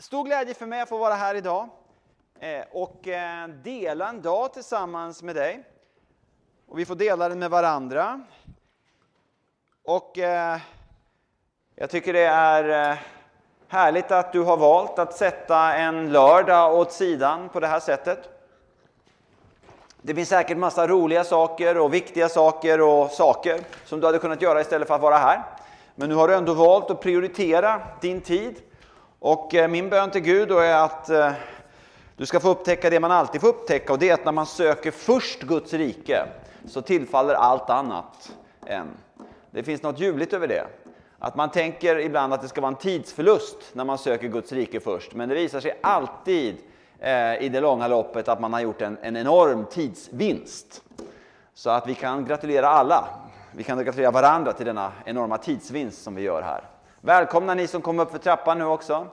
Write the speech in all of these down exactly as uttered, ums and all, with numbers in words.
Stor glädje för mig att få vara här idag eh, och eh, dela en dag tillsammans med dig. Och vi får dela den med varandra. Och eh, jag tycker det är eh, härligt att du har valt att sätta en lördag åt sidan på det här sättet. Det finns säkert massa roliga saker och viktiga saker och saker som du hade kunnat göra istället för att vara här. Men nu har du ändå valt att prioritera din tid. Och min bön till Gud då är att eh, du ska få upptäcka det man alltid får upptäcka. Och det är att när man söker först Guds rike så tillfaller allt annat än. Det finns något ljuvligt över det. Att man tänker ibland att det ska vara en tidsförlust när man söker Guds rike först. Men det visar sig alltid eh, i det långa loppet att man har gjort en, en enorm tidsvinst. Så att vi kan gratulera alla. Vi kan gratulera varandra till denna enorma tidsvinst som vi gör här. Välkomna ni som kommer upp för trappan nu också.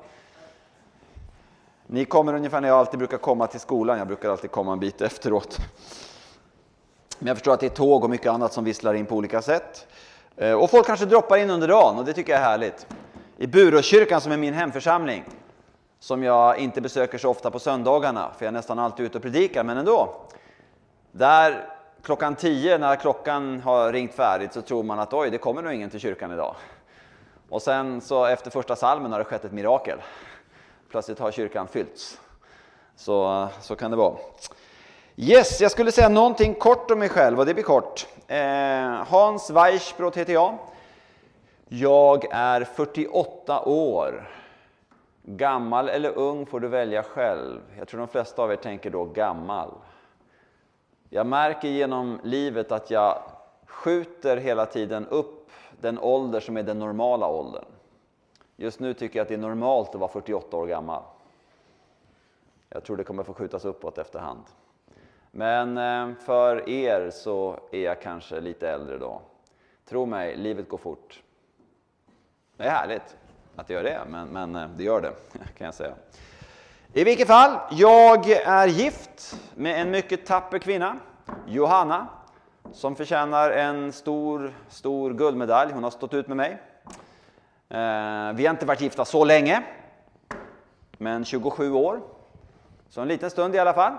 Ni kommer ungefär när jag alltid brukar komma till skolan. Jag brukar alltid komma en bit efteråt. Men jag förstår att det är tåg och mycket annat som visslar in på olika sätt. Och folk kanske droppar in under dagen och det tycker jag är härligt. I Buråskyrkan som är min hemförsamling, som jag inte besöker så ofta på söndagarna, för jag är nästan alltid ute och predikar, men ändå. Där klockan tio när klockan har ringt färdigt så tror man att oj, det kommer nog ingen till kyrkan idag. Och sen så efter första salmen har det skett ett mirakel. Plötsligt har kyrkan fyllts. Så, så kan det vara. Yes, jag skulle säga någonting kort om mig själv och det blir kort. Eh, Hans Weichbrot heter jag. Jag är fyrtioåtta år. Gammal eller ung får du välja själv. Jag tror de flesta av er tänker då gammal. Jag märker genom livet att jag skjuter hela tiden upp den ålder som är den normala åldern. Just nu tycker jag att det är normalt att vara fyrtioåtta år gammal. Jag tror det kommer få skjutas uppåt efterhand. Men för er så är jag kanske lite äldre då. Tro mig, livet går fort. Det är härligt att det gör det, men, men det gör det kan jag säga. I vilket fall, jag är gift med en mycket tapper kvinna, Johanna. Som förtjänar en stor, stor guldmedalj. Hon har stått ut med mig. Eh, vi har inte varit gifta så länge. Men tjugosju år. Så en liten stund i alla fall.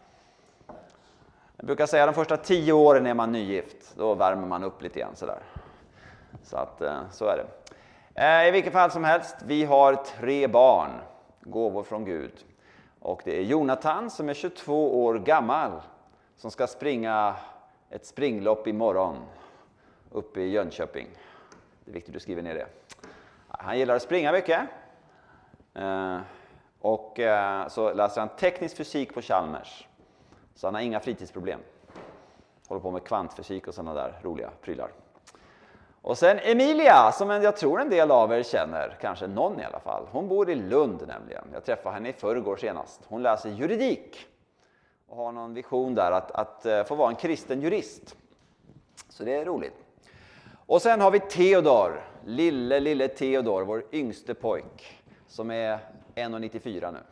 Jag brukar säga att de första tio åren är man nygift. Då värmer man upp lite grann sådär. Så att, eh, så är det. Eh, I vilket fall som helst. Vi har tre barn. Gåvor från Gud. Och det är Jonathan som är tjugotvå år gammal. Som ska springa ett springlopp imorgon uppe i Jönköping. Det är viktigt att du skriver ner det. Han gillar att springa mycket. Eh, och eh, så läser han teknisk fysik på Chalmers. Så han har inga fritidsproblem. Håller på med kvantfysik och sådana där roliga prylar. Och sen Emilia, som jag tror en del av er känner. Kanske någon i alla fall. Hon bor i Lund nämligen. Jag träffade henne i förrgår senast. Hon läser juridik. Och har någon vision där att, att få vara en kristen jurist. Så det är roligt. Och sen har vi Theodor. Lille, lille Theodor, vår yngste pojk. Som är ett komma nittiofyra nu.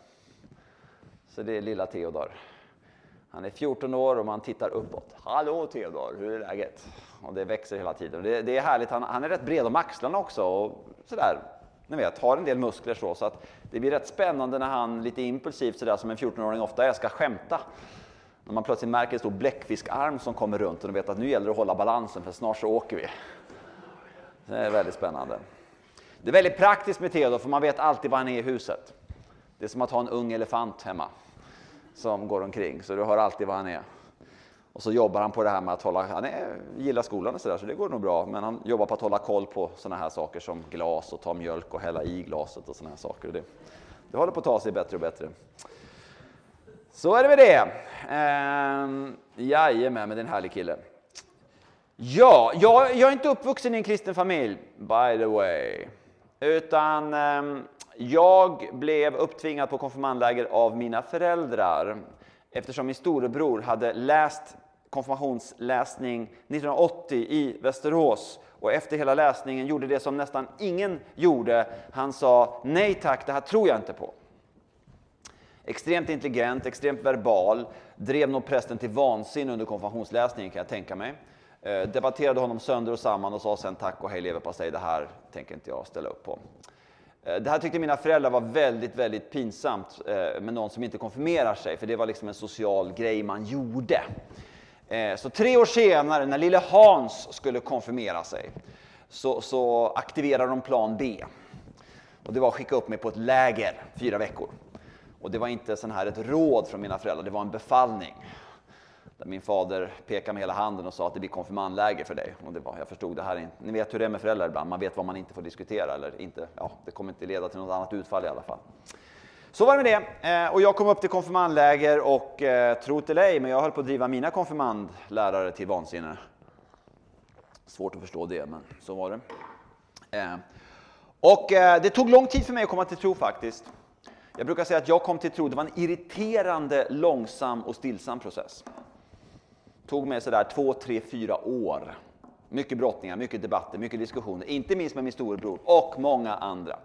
Så det är lilla Theodor. Han är fjorton år och man tittar uppåt. Hallå Theodor, hur är läget? Och det växer hela tiden. Och det, det är härligt, han, han är rätt bred om axlarna också. Och sådär, ni vet, har en del muskler så. Så att det blir rätt spännande när han lite impulsivt sådär som en fjorton-åring ofta är ska skämta. När man plötsligt märker en stor bläckfiskarm som kommer runt och de vet att nu gäller det att hålla balansen för snart så åker vi. Det är väldigt spännande. Det är väldigt praktiskt med Theodor för man vet alltid var han är i huset. Det är som att ha en ung elefant hemma som går omkring så du hör alltid var han är. Och så jobbar han på det här med att hålla, han är, gillar skolan och sådär så det går nog bra. Men han jobbar på att hålla koll på sådana här saker som glas och ta mjölk och hälla i glaset och sådana här saker. Det, det håller på att ta sig bättre och bättre. Så är det med det. Ehm, jajamän, med den härlig kille. Ja, jag, jag är inte uppvuxen i en kristen familj, by the way. Utan ehm, jag blev upptvingad på konfirmandläger av mina föräldrar. Eftersom min storebror hade läst konfirmationsläsning nittonhundraåttio i Västerås. Och efter hela läsningen gjorde det som nästan ingen gjorde. Han sa, nej tack, det här tror jag inte på. Extremt intelligent, extremt verbal. Drev nog prästen till vansin under konfirmationsläsningen kan jag tänka mig. Eh, debatterade honom sönder och samman och sa sen tack och hej leverpastej, det här tänker inte jag ställa upp på. Det här tyckte mina föräldrar var väldigt, väldigt pinsamt med någon som inte konfirmerar sig. För det var liksom en social grej man gjorde. Så tre år senare, när lille Hans skulle konfirmera sig, så, så aktiverade de plan B. Och det var att skicka upp mig på ett läger, fyra veckor. Och det var inte sån här ett råd från mina föräldrar, det var en befallning. Där min fader pekade med hela handen och sa att det blir konfirmandläger för dig. Och det var, jag förstod det här inte. Ni vet hur det är med föräldrar ibland, man vet vad man inte får diskutera. Eller inte, ja, det kommer inte leda till något annat utfall i alla fall. Så var det med det. Och jag kom upp till konfirmandläger och eh, tro till ej, men jag höll på att driva mina konfirmandlärare till vansinne. Svårt att förstå det, men så var det. Eh, och eh, det tog lång tid för mig att komma till tro faktiskt. Jag brukar säga att jag kom till tro, det var en irriterande, långsam och stillsam process. Det tog mig sådär två, tre, fyra år. Mycket brottningar, mycket debatter, mycket diskussioner. Inte minst med min storebror och många andra.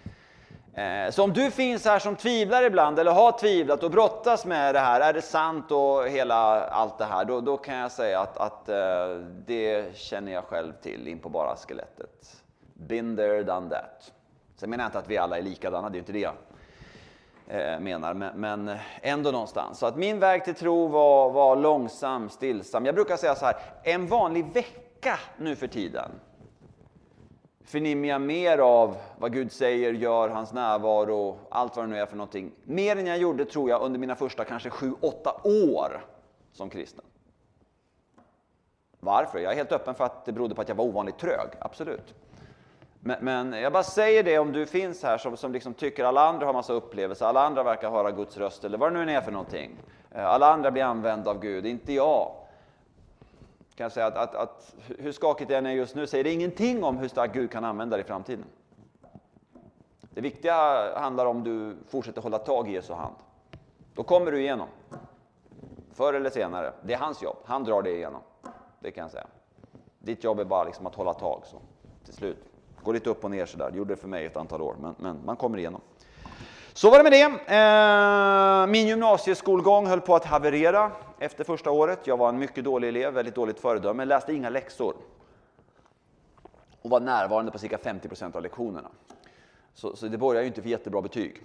Så om du finns här som tvivlar ibland eller har tvivlat och brottas med det här, är det sant och hela allt det här, då, då kan jag säga att, att det känner jag själv till in på bara skelettet. Been there, done that. Sen menar jag inte att vi alla är likadana, det är inte det jag menar, men, men ändå någonstans. Så att min väg till tro var, var långsam, stillsam. Jag brukar säga så här, en vanlig vecka nu för tiden förnimmer jag mer av vad Gud säger, gör, hans närvaro, allt vad det nu är för någonting. Mer än jag gjorde, tror jag, under mina första kanske sju, åtta år som kristen. Varför? Jag är helt öppen för att det berodde på att jag var ovanligt trög, absolut. Men, men jag bara säger det, om du finns här som, som liksom tycker alla andra har massa upplevelser, alla andra verkar höra Guds röst eller vad det nu är för någonting. Alla andra blir använda av Gud, inte jag. Kan jag säga att, att, att hur skakigt det än är just nu säger det ingenting om hur starkt Gud kan använda det i framtiden. Det viktiga handlar om du fortsätter hålla tag i Jesu hand. Då kommer du igenom. Förr eller senare. Det är hans jobb. Han drar det igenom. Det kan jag säga. Ditt jobb är bara liksom att hålla tag så. Till slut. Går lite upp och ner sådär. Det gjorde det för mig ett antal år. Men, men man kommer igenom. Så var det med det. Eh, min gymnasieskolgång höll på att haverera efter första året. Jag var en mycket dålig elev, väldigt dåligt föredöme. Men läste inga läxor. Och var närvarande på cirka femtio procent av lektionerna. Så, så det började ju inte för jättebra betyg.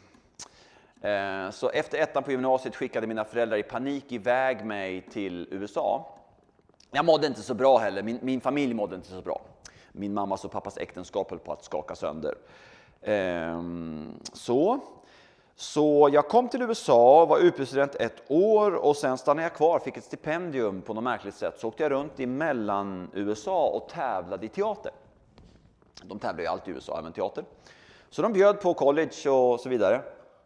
Eh, så efter ettan på gymnasiet skickade mina föräldrar i panik iväg mig till U S A. Jag mådde inte så bra heller. Min, min familj mådde inte så bra. Min mammas och pappas äktenskap höll på att skaka sönder. Eh, så... Så jag kom till U S A, var utbytesstudent ett år och sen stannade jag kvar, fick ett stipendium på något märkligt sätt. Så åkte jag runt i mellan U S A och tävlade i teater. De tävlar ju alltid i U S A, även teater. Så de bjöd på college och så vidare.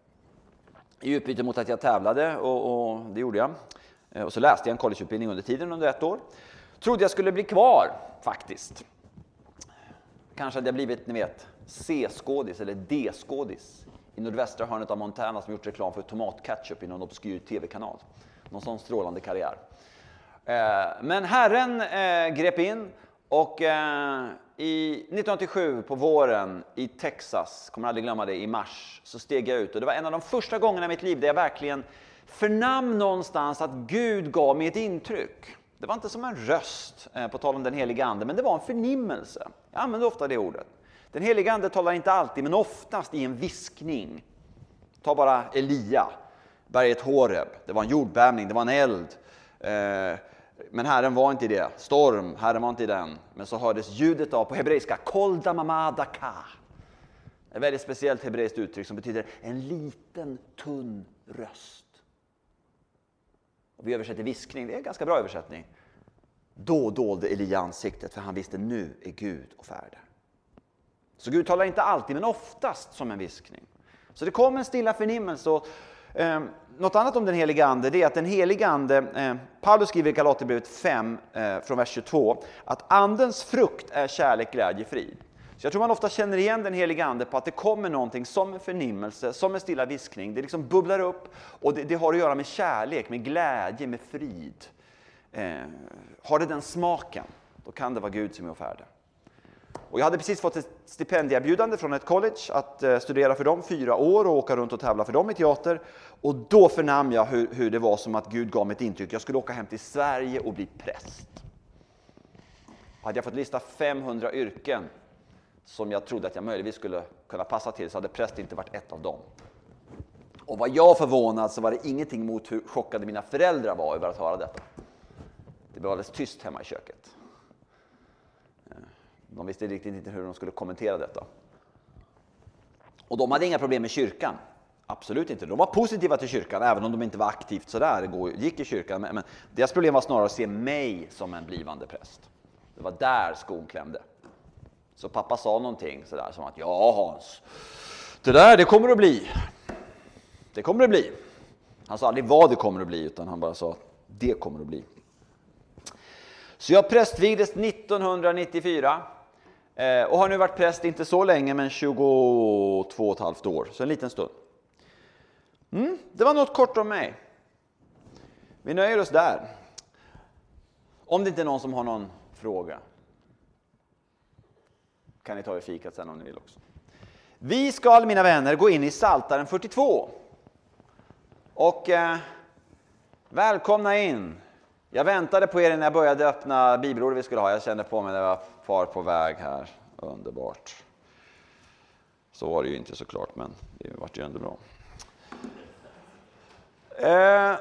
I utbyte mot att jag tävlade och, och det gjorde jag. Och så läste jag en collegeutbildning under tiden, under ett år. Trodde jag skulle bli kvar, faktiskt. Kanske hade jag blivit, ni vet, C-skådis eller D-skådis. I nordvästra hörnet av Montana som gjort reklam för tomatketchup i någon obskyr tv-kanal. Någon sån strålande karriär. Eh, men Herren eh, grep in och eh, i nittonhundraåttiosju på våren i Texas, kommer aldrig glömma det, i mars, så steg jag ut. Och det var en av de första gångerna i mitt liv där jag verkligen förnam någonstans att Gud gav mig ett intryck. Det var inte som en röst, eh, på tal om den heliga ande, men det var en förnimmelse. Jag använder ofta det ordet. Den heliga ande talar inte alltid, men oftast i en viskning. Ta bara Elia, berget Horeb. Det var en jordbävning, det var en eld. Eh, men Herren var inte i det. Storm, Herren var inte i den. Men så hördes ljudet av, på hebreiska, kolda mamadaka. Ett väldigt speciellt hebreiskt uttryck som betyder en liten tunn röst. Och vi översätter viskning, det är en ganska bra översättning. Då dolde Elia ansiktet, för han visste nu är Gud och färdig. Så Gud talar inte alltid, men oftast som en viskning. Så det kom en stilla förnimmelse. Och, eh, något annat om den heliga ande, det är att den heliga ande, eh, Paulus skriver i Galaterbrevet fem eh, från vers tjugotvå, att andens frukt är kärlek, glädje, frid. Så jag tror man ofta känner igen den heliga ande på att det kommer någonting som en förnimmelse, som en stilla viskning. Det liksom bubblar upp och det, det har att göra med kärlek, med glädje, med frid. Eh, har det den smaken, då kan det vara Gud som är färdig. Och jag hade precis fått ett stipendieerbjudande från ett college att eh, studera för dem fyra år och åka runt och tävla för dem i teater. Och då förnam jag hur, hur det var som att Gud gav mig ett intryck. Jag skulle åka hem till Sverige och bli präst. Hade jag fått lista femhundra yrken som jag trodde att jag möjligtvis skulle kunna passa till, så hade präst inte varit ett av dem. Och var jag förvånad så var det ingenting mot hur chockade mina föräldrar var över att höra detta. Det blev alldeles tyst hemma i köket. De visste riktigt inte hur de skulle kommentera detta. Och de hade inga problem med kyrkan. Absolut inte. De var positiva till kyrkan, även om de inte var aktivt sådär, gick i kyrkan. Men, men deras problem var snarare att se mig som en blivande präst. Det var där skon klämde. Så pappa sa någonting sådär som att, ja Hans, det där det kommer att bli. Det kommer att bli. Han sa aldrig vad det kommer att bli, utan han bara sa, det kommer att bli. Så jag prästvigdes nittonhundranittiofyra. Och har nu varit präst inte så länge, men tjugotvå och ett halvt år. Så en liten stund. Mm, det var något kort om mig. Vi nöjer oss där. Om det inte är någon som har någon fråga, kan ni ta i fikat sen om ni vill också. Vi ska, mina vänner, gå in i Psaltaren fyrtiotvå. Och eh, välkomna in. Jag väntade på er när jag började öppna bibelordet vi skulle ha. Jag kände på mig när jag var far på väg här. Underbart. Så var det ju inte såklart, men det vart ju ändå bra. Eh,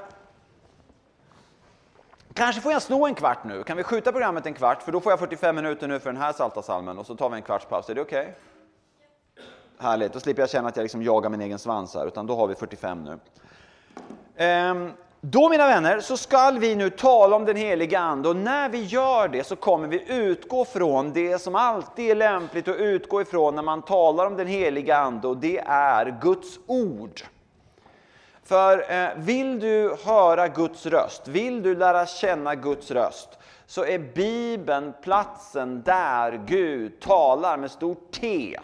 kanske får jag sno en kvart nu. Kan vi skjuta programmet en kvart? För då får jag fyrtiofem minuter nu för den här Psaltarpsalmen. Och så tar vi en kvarts paus. Är det okej? Okay? Härligt. Då slipper jag känna att jag liksom jagar min egen svans här. Utan då har vi fyrtiofem nu. Eh, Då, mina vänner, så ska vi nu tala om den heliga ande, och när vi gör det så kommer vi utgå från det som alltid är lämpligt att utgå ifrån när man talar om den heliga ande, och det är Guds ord. För eh, vill du höra Guds röst, vill du lära känna Guds röst, så är Bibeln platsen där Gud talar med stort T.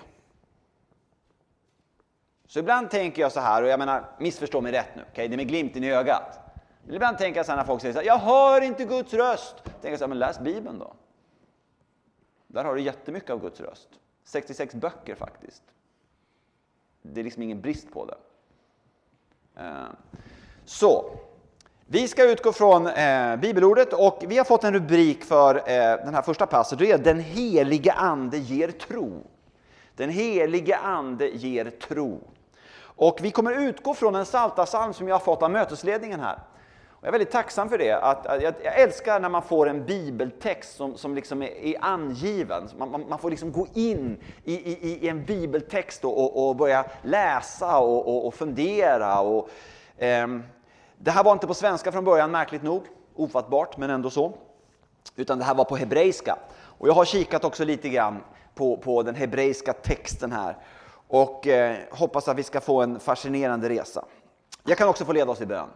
Så ibland tänker jag så här, och jag menar, missförstå mig rätt nu, okay? Det är med glimten i ögat. Ibland tänker jag så här när folk säger så här, jag hör inte Guds röst. Tänker jag så här, men läs Bibeln då. Där har du jättemycket av Guds röst. sextiosex böcker faktiskt. Det är liksom ingen brist på det. Så, vi ska utgå från eh, bibelordet, och vi har fått en rubrik för eh, den här första passagen. Det är den helige ande ger tro. Den helige ande ger tro. Och vi kommer utgå från en psaltarpsalm som jag har fått av mötesledningen här. Och jag är väldigt tacksam för det. Att, att jag, jag älskar när man får en bibeltext som, som liksom är, är angiven. Man, man, man får liksom gå in i, i, i en bibeltext och, och, och börja läsa och, och, och fundera. Och, ehm, det här var inte på svenska från början, märkligt nog. Ofattbart, men ändå så. Utan det här var på hebreiska. Och jag har kikat också lite grann på, på den hebreiska texten här. Och eh, hoppas att vi ska få en fascinerande resa. Jag kan också få leda oss i bön.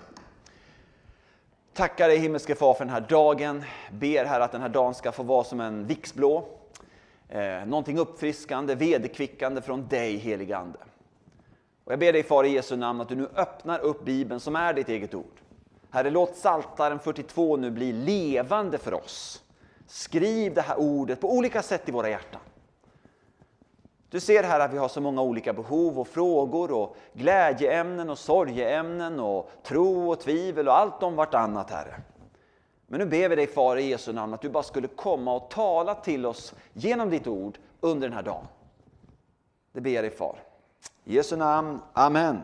Tackar dig, himmelske far, för den här dagen. Ber här att den här dagen ska få vara som en vixblå. Eh, någonting uppfriskande, vederkvickande från dig, helige ande. Och jag ber dig, far, i Jesu namn, att du nu öppnar upp Bibeln som är ditt eget ord. Herre, låt Psaltaren fyrtiotvå nu bli levande för oss. Skriv det här ordet på olika sätt i våra hjärtan. Du ser här att vi har så många olika behov och frågor och glädjeämnen och sorgeämnen och tro och tvivel och allt om vartannat, Herre. Men nu ber vi dig, far, i Jesu namn, att du bara skulle komma och tala till oss genom ditt ord under den här dagen. Det ber jag dig, far. I Jesu namn, amen.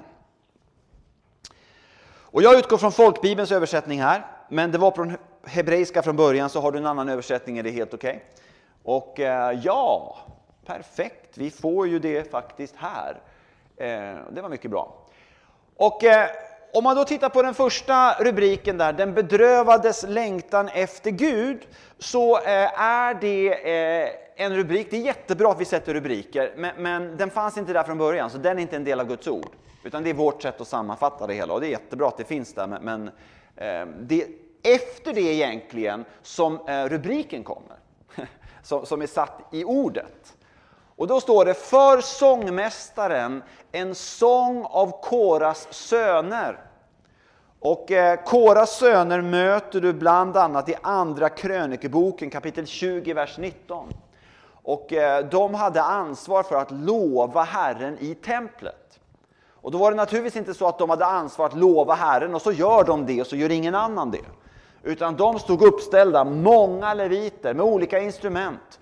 Och jag utgår från folkbibelns översättning här, men det var från hebreiska från början, så har du en annan översättning, är det helt okej? Okay? Och eh, ja... Perfekt, vi får ju det faktiskt här. Eh, det var mycket bra. Och eh, om man då tittar på den första rubriken där, den bedrövades längtan efter Gud, så eh, är det eh, en rubrik. Det är jättebra att vi sätter rubriker, men, men den fanns inte där från början, så den är inte en del av Guds ord. Utan det är vårt sätt att sammanfatta det hela, och det är jättebra att det finns där, men, men eh, det är efter det egentligen som eh, rubriken kommer, som, som är satt i ordet. Och då står det, för sångmästaren, en sång av Koras söner. Och eh, Koras söner möter du bland annat i andra krönikeboken, kapitel tjugo, vers nitton. Och eh, de hade ansvar för att lova Herren i templet. Och då var det naturligtvis inte så att de hade ansvar att lova Herren, och så gör de det och så gör ingen annan det. Utan de stod uppställda, många leviter med olika instrument.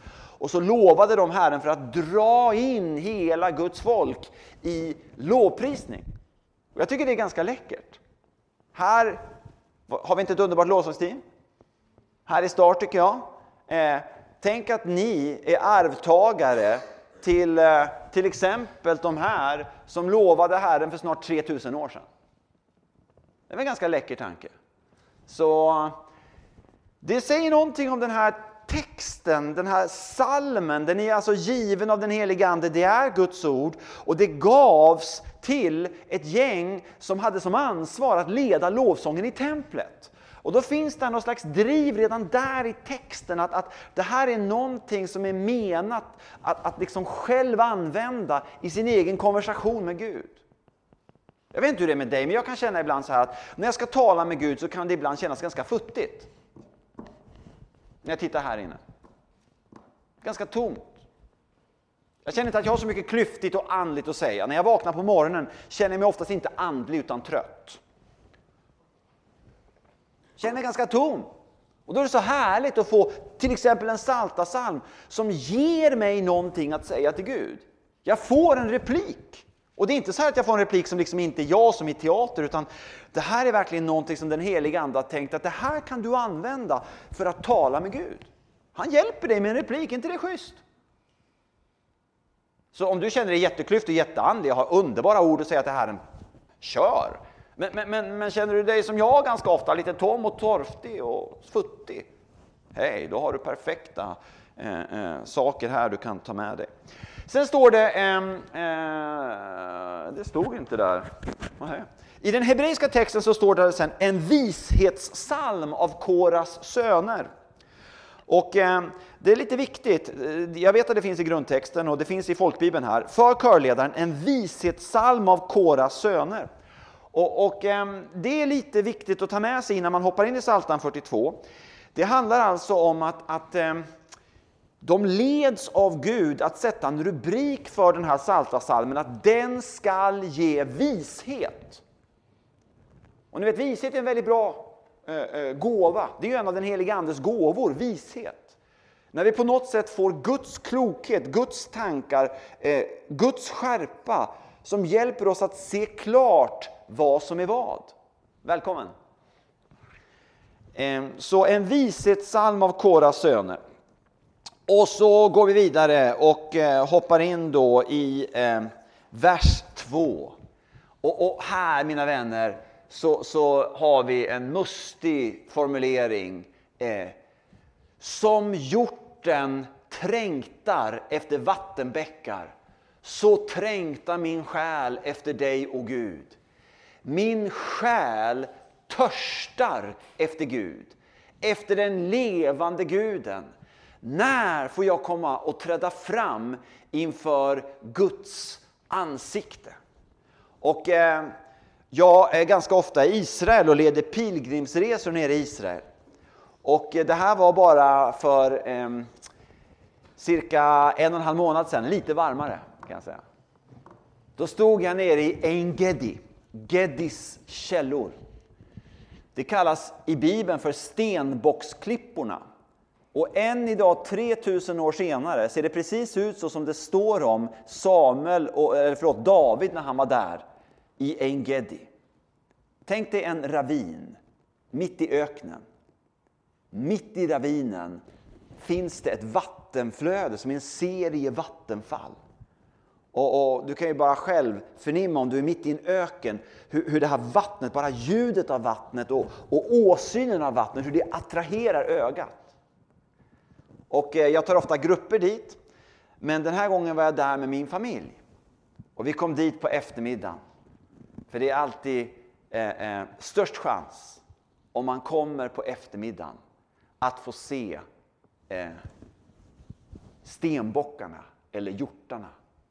Och så lovade de Herren för att dra in hela Guds folk i lovprisning. Och jag tycker det är ganska läckert. Här har vi inte ett underbart lovsångsteam? Här i start tycker jag. Eh, tänk att ni är arvtagare till eh, till exempel de här som lovade Herren för snart tre tusen år sedan. Det är en ganska läcker tanke. Så det säger någonting om den här texten, den här salmen. Den är alltså given av den helige Ande. Det är Guds ord. Och det gavs till ett gäng som hade som ansvar att leda lovsången i templet. Och då finns det någon slags driv redan där i texten att, att det här är någonting som är menat att, att liksom själv använda i sin egen konversation med Gud. Jag vet inte hur det är med dig, men jag kan känna ibland så här att när jag ska tala med Gud så kan det ibland kännas ganska futtigt. När jag tittar här inne. Ganska tomt. Jag känner inte att jag har så mycket klyftigt och andligt att säga. När jag vaknar på morgonen känner jag mig oftast inte andlig utan trött. Känner mig ganska tom. Och då är det så härligt att få till exempel en psaltarpsalm som ger mig någonting att säga till Gud. Jag får en replik. Och det är inte så här att jag får en replik som liksom inte är jag som i teater, utan det här är verkligen någonting som den heliga Ande har tänkt att det här kan du använda för att tala med Gud. Han hjälper dig med en replik, inte det schysst? Så om du känner dig jätteklyft och jätteandlig och har underbara ord att säga till Herren, kör! Men, men, men, men känner du dig som jag ganska ofta, lite tom och torftig och futtig? Hej, då har du perfekta eh, eh, saker här du kan ta med dig. Sen står det, eh, eh, det stod inte där. I den hebreiska texten så står det sen en vishetssalm av Koras söner. Och eh, det är lite viktigt, jag vet att det finns i grundtexten och det finns i folkbibeln här. För körledaren en vishetssalm av Koras söner. Och, och eh, det är lite viktigt att ta med sig innan man hoppar in i Psaltaren fyrtiotvå. Det handlar alltså om att, att eh, de leds av Gud att sätta en rubrik för den här psaltarpsalmen, att den skall ge vishet. Och ni vet, vishet är en väldigt bra eh, eh, gåva. Det är ju en av den heliga Andes gåvor, vishet. När vi på något sätt får Guds klokhet, Guds tankar, eh, Guds skärpa som hjälper oss att se klart vad som är vad. Välkommen. Eh, så en vishetssalm av Koras söner. Och så går vi vidare och eh, hoppar in då i eh, vers två. Och, och här, mina vänner, så, så har vi en mustig formulering. Eh, som hjorten trängtar efter vattenbäckar, så trängtar min själ efter dig, o Gud. Min själ törstar efter Gud, efter den levande Guden. När får jag komma och träda fram inför Guds ansikte? Och eh, jag är ganska ofta i Israel och leder pilgrimsresor nere i Israel. Och eh, det här var bara för eh, cirka en och en halv månad sedan, lite varmare kan jag säga. Då stod jag nere i En Gedi, Gedis källor. Det kallas i Bibeln för stenbocksklipporna. Och än idag, tre tusen år senare, ser det precis ut så som det står om Samuel, och, eller förlåt, David när han var där i En Gedi. Tänk dig en ravin mitt i öknen. Mitt i ravinen finns det ett vattenflöde som är en serie vattenfall. Och, och du kan ju bara själv förnimma om du är mitt i en öken hur, hur det här vattnet, bara ljudet av vattnet och, och åsynen av vattnet, hur det attraherar ögat. Och eh, jag tar ofta grupper dit, men den här gången var jag där med min familj. Och vi kom dit på eftermiddagen. För det är alltid eh, eh, störst chans om man kommer på eftermiddagen att få se eh, stenbockarna eller hjortarna.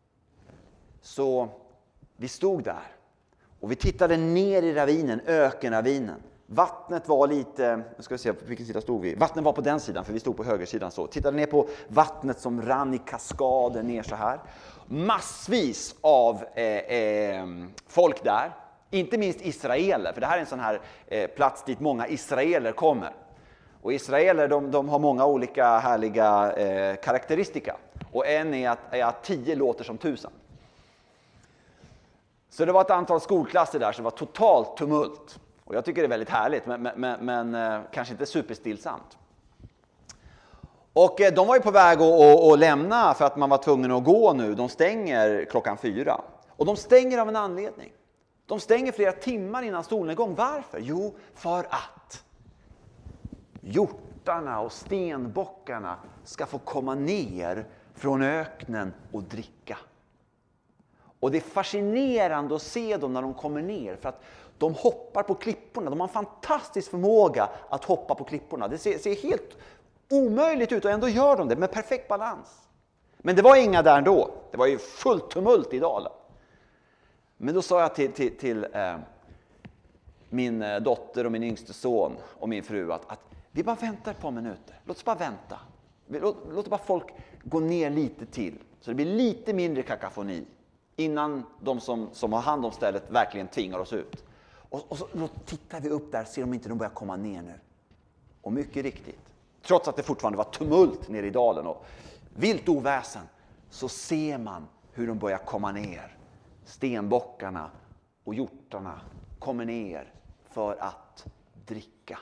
Så vi stod där och vi tittade ner i ravinen, ökenravinen. Vattnet var lite, nu ska vi se på vilken sida stod vi. Vattnet var på den sidan, för vi stod på högersidan så. Tittade ner på vattnet som rann i kaskader ner så här. Massvis av eh, eh, folk där. Inte minst israeler, för det här är en sån här eh, plats dit många israeler kommer. Och israeler de, de har många olika härliga eh, karaktäristika. Och en är att, är att tio låter som tusen. Så det var ett antal skolklasser där som var totalt tumult. Och jag tycker det är väldigt härligt, men, men, men eh, kanske inte superstillsamt. Och eh, de var ju på väg att, att, att lämna för att man var tvungen att gå nu. De stänger klockan fyra. Och de stänger av en anledning. De stänger flera timmar innan solnedgång. Varför? Jo, för att hjortarna och stenbockarna ska få komma ner från öknen och dricka. Och det är fascinerande att se dem när de kommer ner, för att de hoppar på klipporna. De har en fantastisk förmåga att hoppa på klipporna. Det ser, ser helt omöjligt ut och ändå gör de det med perfekt balans. Men det var inga där ändå. Det var ju fullt tumult i dalen. Men då sa jag till, till, till eh, min dotter och min yngste son och min fru att, att vi bara väntar ett par minuter. Låt oss bara vänta. Låt, låt bara folk gå ner lite till. Så det blir lite mindre kakafoni. Innan de som, som har hand om stället verkligen tvingar oss ut. Och, och så då tittar vi upp där, ser om inte de börjar komma ner nu. Och mycket riktigt, trots att det fortfarande var tumult nere i dalen och vilt oväsen, så ser man hur de börjar komma ner. Stenbockarna och hjortarna kommer ner för att dricka.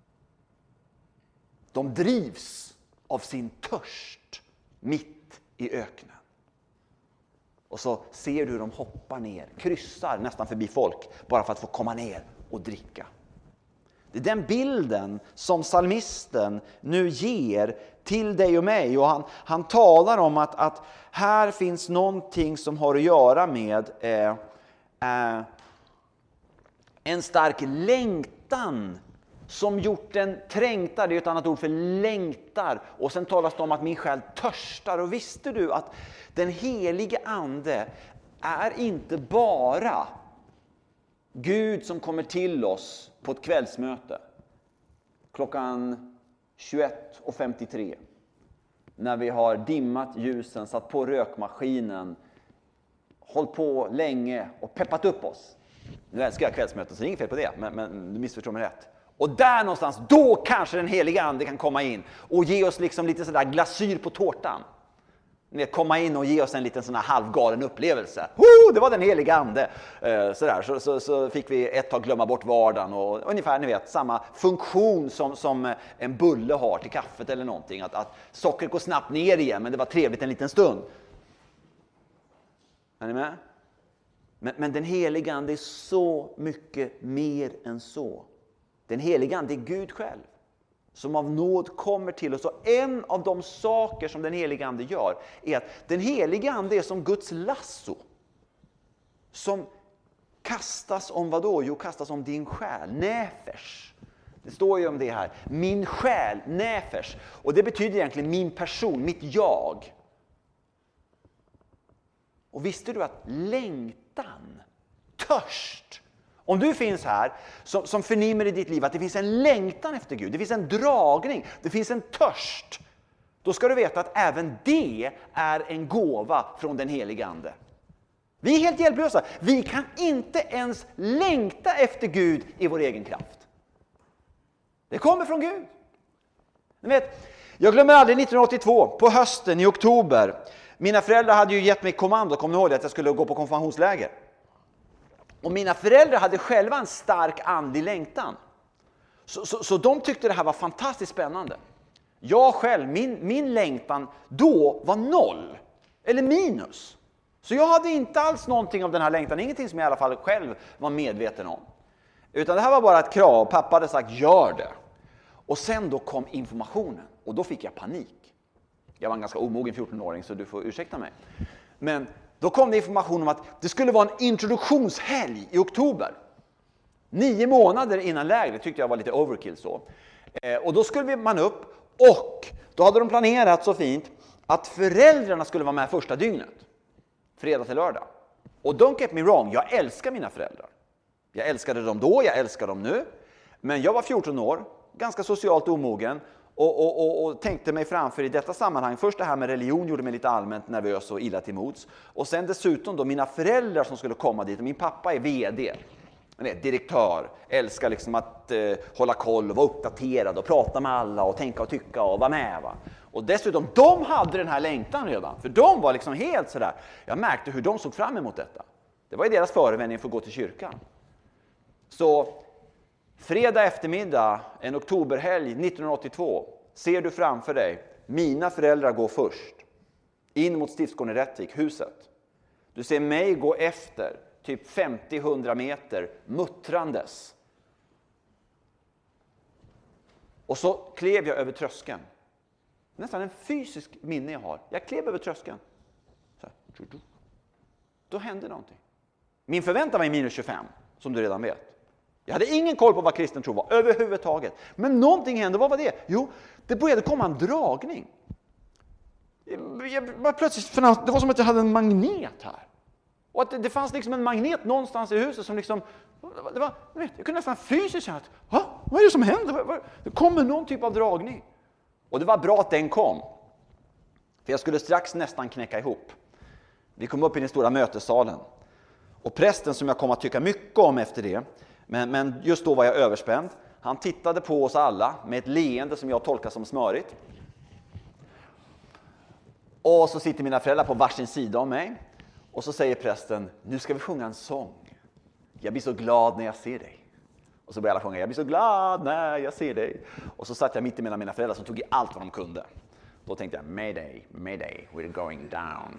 De drivs av sin törst mitt i öknen. Och så ser du hur de hoppar ner, kryssar nästan förbi folk bara för att få komma ner och dricka. Det är den bilden som psalmisten nu ger till dig och mig. Och han, han talar om att, att här finns någonting som har att göra med eh, eh, en stark längtan som gjort den trängtar. Det är ett annat ord för längtar. Och sen talas det om att min själ törstar. Och visste du att den helige ande är inte bara Gud som kommer till oss på ett kvällsmöte klockan tjugoett och femtiotre, när vi har dimmat ljusen, satt på rökmaskinen, hållit på länge och peppat upp oss. Nu älskar jag kvällsmöten, så det är inget fel på det, men, men du missförstår mig rätt. Och där någonstans, då kanske den heliga ande kan komma in och ge oss liksom lite sådär glasyr på tårtan. Komma in och ge oss en liten sån här halvgalen upplevelse. Ho, det var den heliga ande. Eh, sådär. Så, så, så fick vi ett tag glömma bort vardagen. Och ungefär, ni vet, samma funktion som, som en bulle har till kaffet eller någonting. Att, att socker går snabbt ner igen, men det var trevligt en liten stund. Är ni med? Men, men den heliga ande är så mycket mer än så. Den heliga ande är Gud själv, som av nåd kommer till oss. Och en av de saker som den heliga ande gör är att den heliga ande är som Guds lasso. Som kastas om vad då? Jo, kastas om din själ. Nefesh. Det står ju om det här. Min själ, nefesh. Och det betyder egentligen min person, mitt jag. Och visste du att längtan, törst, om du finns här som, som förnimmer i ditt liv att det finns en längtan efter Gud, det finns en dragning, det finns en törst, då ska du veta att även det är en gåva från den heliga ande. Vi är helt hjälplösa. Vi kan inte ens längta efter Gud i vår egen kraft. Det kommer från Gud. Ni vet, jag glömmer aldrig nittonhundraåttiotvå på hösten i oktober. Mina föräldrar hade ju gett mig kommando, kom ni ihåg det, att jag skulle gå på konfirmationsläger. Och mina föräldrar hade själva en stark andlig längtan. Så, så, så de tyckte det här var fantastiskt spännande. Jag själv, min, min längtan då var noll. Eller minus. Så jag hade inte alls någonting av den här längtan. Ingenting som jag i alla fall själv var medveten om. Utan det här var bara ett krav. Pappa hade sagt, gör det. Och sen då kom informationen. Och då fick jag panik. Jag var en ganska omogen fjortonåring, så du får ursäkta mig. Men då kom det information om att det skulle vara en introduktionshelg i oktober. Nio månader innan lägret, tyckte jag var lite overkill så. Eh, och då skulle man upp, och då hade de planerat så fint att föräldrarna skulle vara med första dygnet. Fredag till lördag. Och don't get me wrong, jag älskar mina föräldrar. Jag älskade dem då, jag älskar dem nu. Men jag var fjorton år, ganska socialt omogen. Och, och, och, och tänkte mig framför i detta sammanhang. Först det här med religion gjorde mig lite allmänt nervös och illa till mods. Och sen dessutom då mina föräldrar som skulle komma dit. Och min pappa är vd Nej, direktör, älskar liksom att eh, hålla koll och vara uppdaterad och prata med alla och tänka och tycka och vara med. Va? Och dessutom, de hade den här längtan redan. För de var liksom helt sådär. Jag märkte hur de såg fram emot detta. Det var ju deras förevändning för att gå till kyrkan. Så fredag eftermiddag, en oktoberhelg nittonhundraåttiotvå, ser du framför dig, mina föräldrar går först. In mot Stiftsgården i Rättvik, huset. Du ser mig gå efter, typ femtio till hundra meter, muttrandes. Och så klev jag över tröskeln. Nästan en fysisk minne jag har. Jag klev över tröskeln. Så här. Då hände någonting. Min förväntan var i minus tjugofem, som du redan vet. Jag hade ingen koll på vad kristen tro var, överhuvudtaget. Men någonting hände, vad var det? Jo, det började komma en dragning. Jag bara plötsligt, det var som att jag hade en magnet här. Och att det, det fanns liksom en magnet någonstans i huset som liksom, det var, jag, vet, jag kunde nästan fysiskt känna att, vad är det som händer? Det kommer någon typ av dragning. Och det var bra att den kom. För jag skulle strax nästan knäcka ihop. Vi kom upp i den stora mötessalen. Och prästen, som jag kom att tycka mycket om efter det, men, men just då var jag överspänd. Han tittade på oss alla med ett leende som jag tolkar som smörigt. Och så sitter mina föräldrar på varsin sida om mig. Och så säger prästen, nu ska vi sjunga en sång. Jag blir så glad när jag ser dig. Och så började alla sjunga, jag blir så glad när jag ser dig. Och så satt jag mitt emellan mina föräldrar som tog i allt vad de kunde. Då tänkte jag, mayday, mayday, we're going down.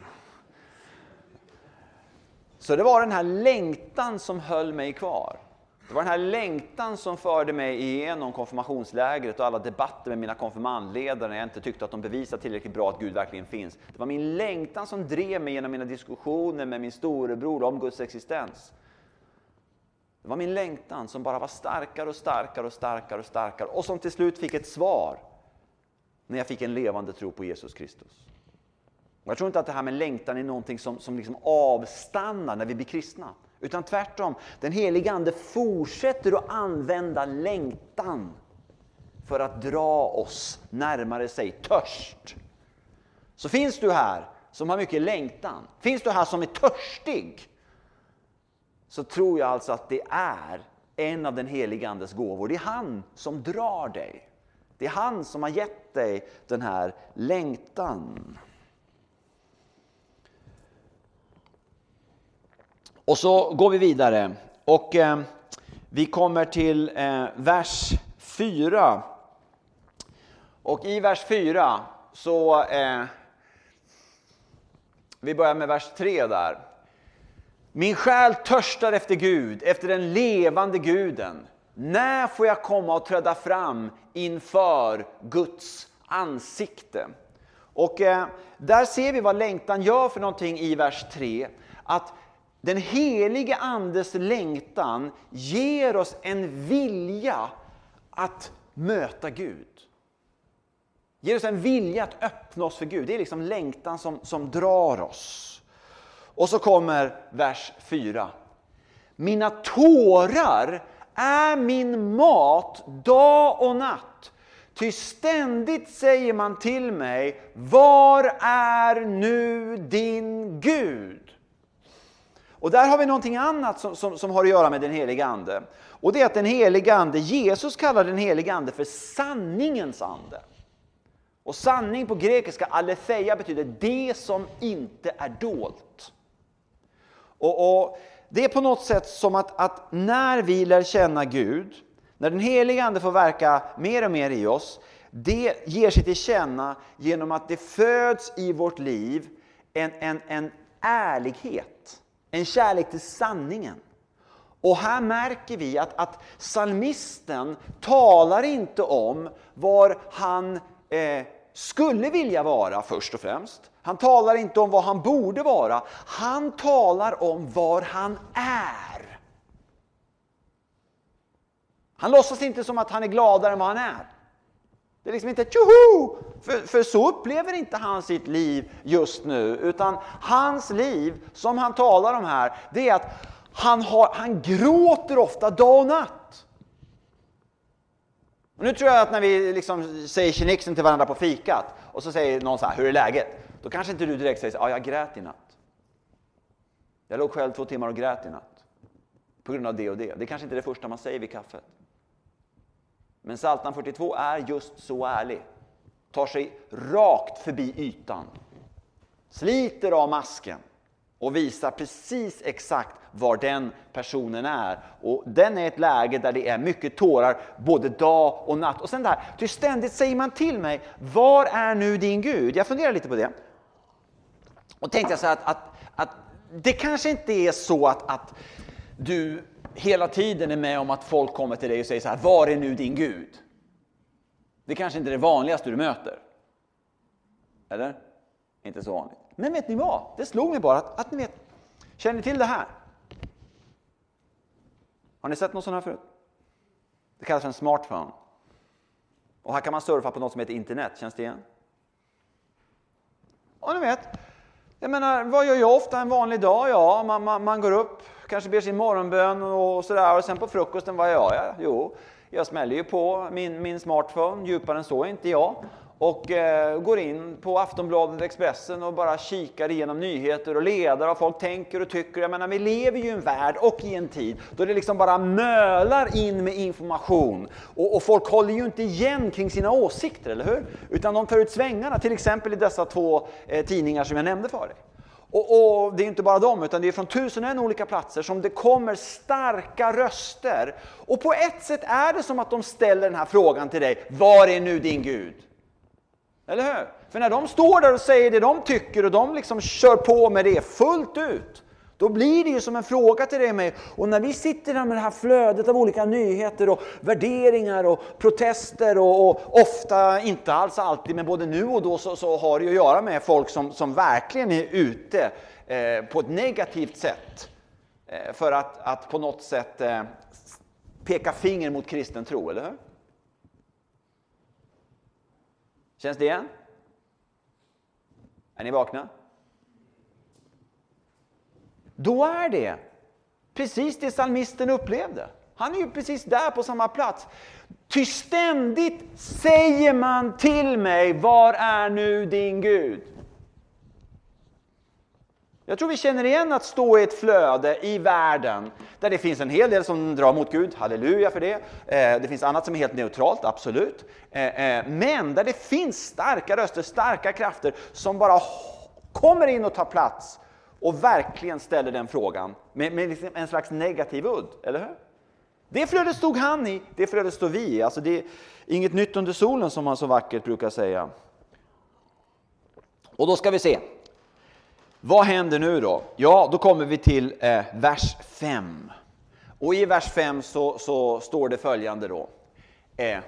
Så det var den här längtan som höll mig kvar. Det var den här längtan som förde mig igenom konfirmationslägret och alla debatter med mina konfirmandledare när jag inte tyckte att de bevisade tillräckligt bra att Gud verkligen finns. Det var min längtan som drev mig genom mina diskussioner med min storebror om Guds existens. Det var min längtan som bara var starkare och starkare och starkare och starkare och som till slut fick ett svar när jag fick en levande tro på Jesus Kristus. Och jag tror inte att det här med längtan är någonting som, som liksom avstannar när vi blir kristna. Utan tvärtom, den helige Ande fortsätter att använda längtan för att dra oss närmare sig. Törst. Så finns du här som har mycket längtan, finns du här som är törstig, så tror jag alltså att det är en av den helige Andes gåvor. Det är han som drar dig. Det är han som har gett dig den här längtan. Och så går vi vidare och eh, vi kommer till eh, vers fyra. Och i vers fyra så, eh, vi börjar med vers tre där. Min själ törstar efter Gud, efter den levande Guden. När får jag komma och träda fram inför Guds ansikte? Och eh, där ser vi vad längtan gör för någonting i vers tre. Att den helige Andes längtan ger oss en vilja att möta Gud. Ger oss en vilja att öppna oss för Gud. Det är liksom längtan som, som drar oss. Och så kommer vers fyra. Mina tårar är min mat dag och natt. Ty ständigt säger man till mig, var är nu din Gud? Och där har vi någonting annat som, som, som har att göra med den helige Ande. Och det är att den helige Ande, Jesus kallar den helige Ande för sanningens ande. Och sanning på grekiska, aletheia, betyder det som inte är dolt. Och, och det är på något sätt som att, att när vi lär känna Gud, när den helige Ande får verka mer och mer i oss, det ger sig till känna genom att det föds i vårt liv en, en, en ärlighet. En kärlek till sanningen. Och här märker vi att, att psalmisten talar inte om var han eh, skulle vilja vara först och främst. Han talar inte om vad han borde vara. Han talar om var han är. Han låtsas inte som att han är gladare än vad han är. Det är liksom inte tjoho! För, för så upplever inte han sitt liv just nu. Utan hans liv, som han talar om här, det är att han, har, han gråter ofta dag och natt. Och nu tror jag att när vi liksom säger tjenixen till varandra på fikat och så säger någon så här, hur är läget? Då kanske inte du direkt säger, ja, jag grät i natt. Jag låg själv två timmar och grät i natt. på grund av det och det. Det är kanske inte är det första man säger vid kaffet. Men Psaltaren fyrtiotvå är just så ärlig. Tar sig rakt förbi ytan. Sliter av masken. Och visar precis exakt var den personen är. Och den är ett läge där det är mycket tårar både dag och natt. Och sen där, ty ständigt säger man till mig, var är nu din Gud? Jag funderar lite på det. Och tänkte jag så här att, att, att det kanske inte är så att, att du hela tiden är med om att folk kommer till dig och säger så här, var är nu din Gud? Det kanske inte är det vanligaste du möter. Eller? Inte så vanligt. Men vet ni vad? Det slog mig bara att, att ni vet, känner ni till det här? Har ni sett något sånt här förut? Det kallas för en smartphone. Och här kan man surfa på något som heter internet. Känns det igen? Och ni vet, jag menar, vad gör jag ofta en vanlig dag? Ja, man, man, man går upp, kanske ber sin morgonbön och sådär. Och sen på frukosten, vad gör jag? Jo, jag smäller ju på min, min smartphone. Djupare än så är inte jag. Och eh, går in på Aftonbladet, Expressen och bara kikar igenom nyheter och ledare vad folk tänker och tycker. Jag menar, vi lever ju i en värld och i en tid då det liksom bara mölar in med information. Och, och folk håller ju inte igen kring sina åsikter, eller hur? Utan de tar ut svängarna, till exempel i dessa två eh, tidningar som jag nämnde för dig. Och, och det är inte bara dem, utan det är från tusen och en olika platser som det kommer starka röster. Och på ett sätt är det som att de ställer den här frågan till dig. Var är nu din Gud? Eller hur? För när de står där och säger det de tycker och de liksom kör på med det fullt ut, då blir det ju som en fråga till dig och mig. Och när vi sitter där med det här flödet av olika nyheter och värderingar och protester och, och ofta, inte alls alltid, men både nu och då så, så har det att göra med folk som, som verkligen är ute eh, på ett negativt sätt. Eh, för att, att på något sätt eh, peka finger mot kristen tro, eller hur? Känns det igen? Är ni vakna? Då är det precis det psalmisten upplevde. Han är ju precis där på samma plats. Ty ständigt säger man till mig, var är nu din Gud? Jag tror vi känner igen att stå i ett flöde i världen där det finns en hel del som drar mot Gud, halleluja för det. Det finns annat som är helt neutralt, absolut. Men där det finns starka röster, starka krafter som bara kommer in och tar plats och verkligen ställer den frågan med, med en slags negativ udd, eller hur? Det flödet stod han i, det flödet står vi i. Alltså det är inget nytt under solen som man så vackert brukar säga. Och då ska vi se. Vad händer nu då? Ja, då kommer vi till eh, vers fem. Och i vers fem så, så står det följande då. Eh,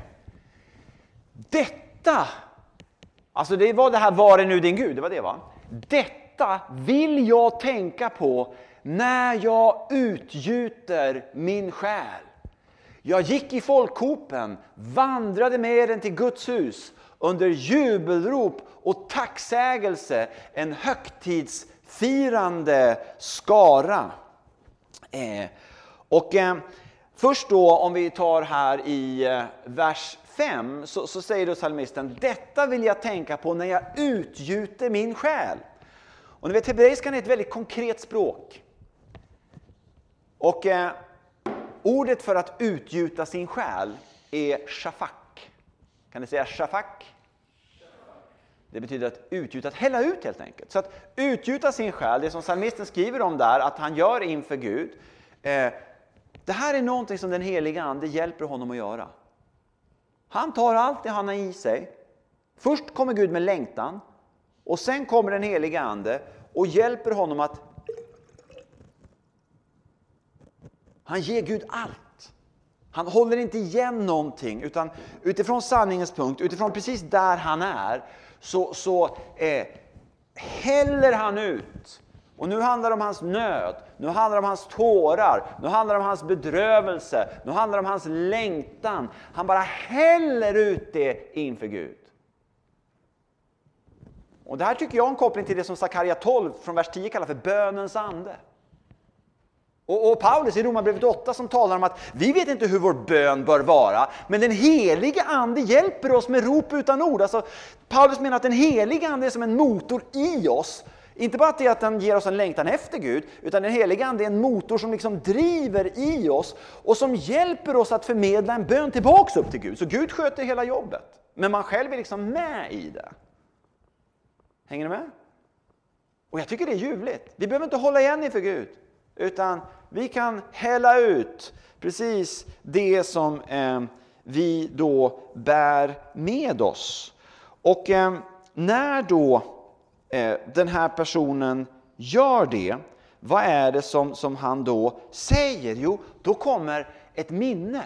Detta, alltså det var det här, var är nu din Gud? Det var det, va? Detta vill jag tänka på när jag utgjuter min själ. Jag gick i folkhopen, vandrade med den till Guds hus under jubelrop och tacksägelse, en högtidsfirande skara. Eh, och eh, först då, om vi tar här i eh, vers fem, så, så säger då psalmisten, detta vill jag tänka på när jag utgjuter min själ. Och ni vet, hebreiskan är ett väldigt konkret språk. Och eh, ordet för att utgjuta sin själ är shafak. Kan ni säga shafak? Det betyder att utgjuta, att hälla ut helt enkelt. Så att utgjuta sin själ, det som psalmisten skriver om där, att han gör inför Gud. Eh, det här är någonting som den heliga ande hjälper honom att göra. Han tar allt det han har i sig. Först kommer Gud med längtan. Och sen kommer den heliga ande och hjälper honom att han ger Gud allt. Han håller inte igen någonting, utan utifrån sanningens punkt, utifrån precis där han är, så, så eh, häller han ut. Och nu handlar det om hans nöd, nu handlar det om hans tårar, nu handlar det om hans bedrövelse, nu handlar det om hans längtan. Han bara häller ut det inför Gud. Och det här tycker jag är en koppling till det som Sakaria tolv från vers tio kallar för bönens ande. Och, och Paulus i Romarbrevet åtta som talar om att vi vet inte hur vår bön bör vara, men den heliga ande hjälper oss med rop utan ord. Alltså, Paulus menar att den heliga ande är som en motor i oss, Inte bara att det är att den ger oss en längtan efter Gud, utan den heliga ande är en motor som liksom driver i oss och som hjälper oss att förmedla en bön tillbaks upp till Gud. Så Gud sköter hela jobbet, men man själv är liksom med i det. Hänger ni med? Och jag tycker det är ljuvligt. Vi behöver inte hålla igen inför Gud, utan vi kan hälla ut precis det som eh, vi då bär med oss. Och eh, när då eh, den här personen gör det, vad är det som, som han då säger? Jo, då kommer ett minne.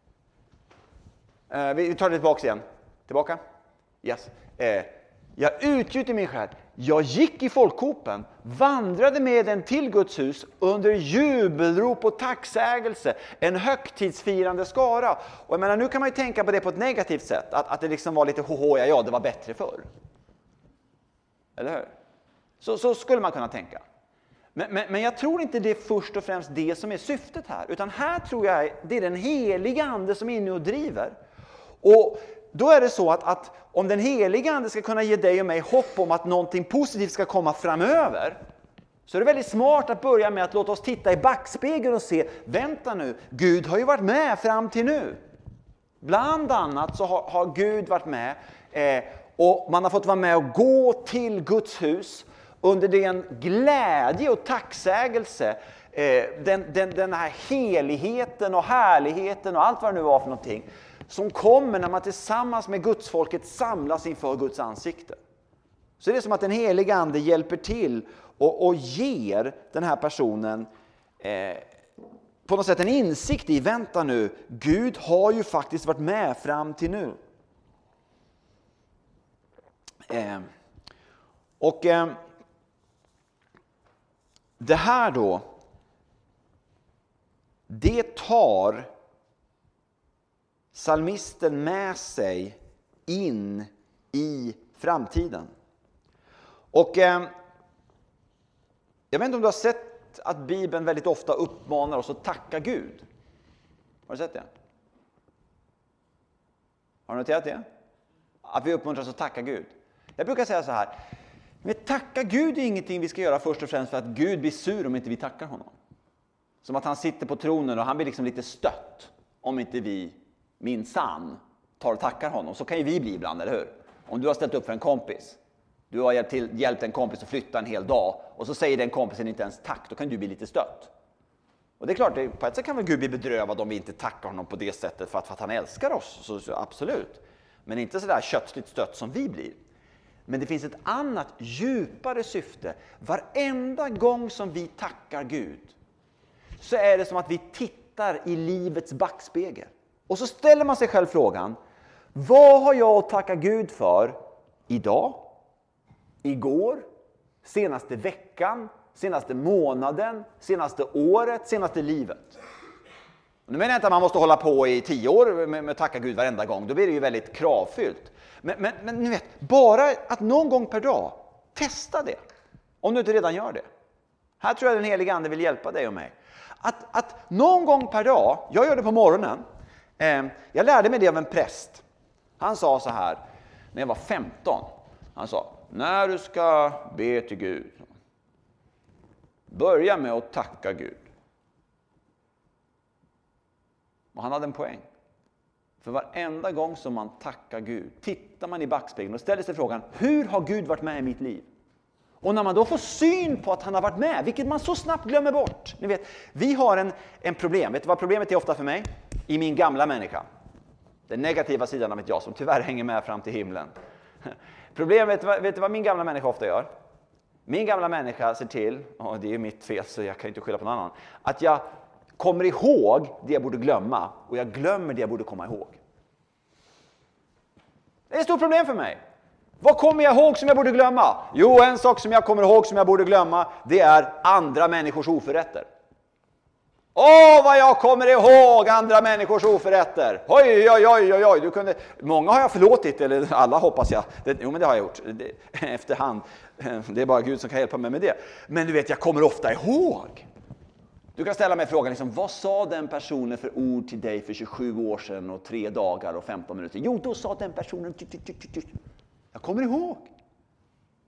Eh, vi tar det tillbaka igen. Tillbaka. Yes. Eh, jag utgjuter min själ. Jag gick i folkhopen, vandrade med den till Guds hus under jubelrop och tacksägelse, en högtidsfirande skara. Och jag menar, nu kan man ju tänka på det på ett negativt sätt, att, att det liksom var lite hoho, ja, ja, det var bättre förr. Eller hur? Så, så skulle man kunna tänka. Men, men, men jag tror inte det är först och främst det som är syftet här, utan här tror jag det är den heliga ande som är inne och driver. Och då är det så att, att om den heliga ande ska kunna ge dig och mig hopp om att någonting positivt ska komma framöver, så är det väldigt smart att börja med att låta oss titta i backspegeln och se, vänta nu, Gud har ju varit med fram till nu. Bland annat så har, har Gud varit med eh, och man har fått vara med och gå till Guds hus under den glädje och tacksägelse, eh, den, den, den här heligheten och härligheten och allt vad det nu var för någonting, som kommer när man tillsammans med Guds folket samlas inför Guds ansikte. Så det är som att den heliga ande hjälper till och, och ger den här personen eh, på något sätt en insikt i, vänta nu, Gud har ju faktiskt varit med fram till nu. Eh, och eh, det här då, det tar psalmisten med sig in i framtiden. Och eh, jag vet inte om du har sett att Bibeln väldigt ofta uppmanar oss att tacka Gud. Har du sett det? Har du noterat det? Att vi uppmuntras att tacka Gud. Jag brukar säga så här, men tacka Gud är ingenting vi ska göra först och främst för att Gud blir sur om inte vi tackar honom. Som att han sitter på tronen och han blir liksom lite stött om inte vi minsann tar och tackar honom. Så kan ju vi bli ibland, eller hur? Om du har ställt upp för en kompis, du har hjälpt, till, hjälpt en kompis att flytta en hel dag och så säger den kompisen inte ens tack, då kan du bli lite stött. Och det är klart, det, på ett sätt kan väl Gud bli bedrövad om vi inte tackar honom på det sättet för att, för att han älskar oss, så, så absolut. Men inte så där kötsligt stött som vi blir. Men det finns ett annat djupare syfte. Varenda gång som vi tackar Gud så är det som att vi tittar i livets backspegel. Och så ställer man sig själv frågan, vad har jag att tacka Gud för idag, igår, senaste veckan, senaste månaden, senaste året, senaste livet? Och nu menar jag inte att man måste hålla på i tio år med, med tacka Gud varenda gång, då blir det ju väldigt kravfyllt. Men, men, men ni vet, bara att någon gång per dag, testa det, om du inte redan gör det. Här tror jag den heliga ande vill hjälpa dig och mig. Att, att någon gång per dag, jag gör det på morgonen, eh, jag lärde mig det av en präst. Han sa så här, när jag var femton, han sa, när du ska be till Gud, börja med att tacka Gud. Och han hade en poäng. För varenda gång som man tackar Gud, tittar man i backspegeln och ställer sig frågan, hur har Gud varit med i mitt liv? Och när man då får syn på att han har varit med, vilket man så snabbt glömmer bort. Ni vet, vi har en, en problem. Vet du vad problemet är ofta för mig? I min gamla människa. Den negativa sidan av mitt jag som tyvärr hänger med fram till himlen. Problemet, vet du vad min gamla människa ofta gör? Min gamla människa ser till, och det är mitt fel så jag kan inte skylla på någon annan, att jag kommer ihåg det jag borde glömma och jag glömmer det jag borde komma ihåg. Det är ett stort problem för mig. Vad kommer jag ihåg som jag borde glömma? Jo, en sak som jag kommer ihåg som jag borde glömma, det är andra människors oförrätter. Åh, vad jag kommer ihåg andra människors oförrätter. Oj, oj, oj, oj, oj. Du kunde... Många har jag förlåtit, eller alla hoppas jag. Det... Jo, men det har jag gjort. Det... Efterhand. Det är bara Gud som kan hjälpa mig med det. Men du vet, jag kommer ofta ihåg. Du kan ställa mig frågan, liksom, vad sa den personen för ord till dig för tjugosju år sedan och tre dagar och femton minuter? Jo, då sa den personen... Jag kommer ihåg.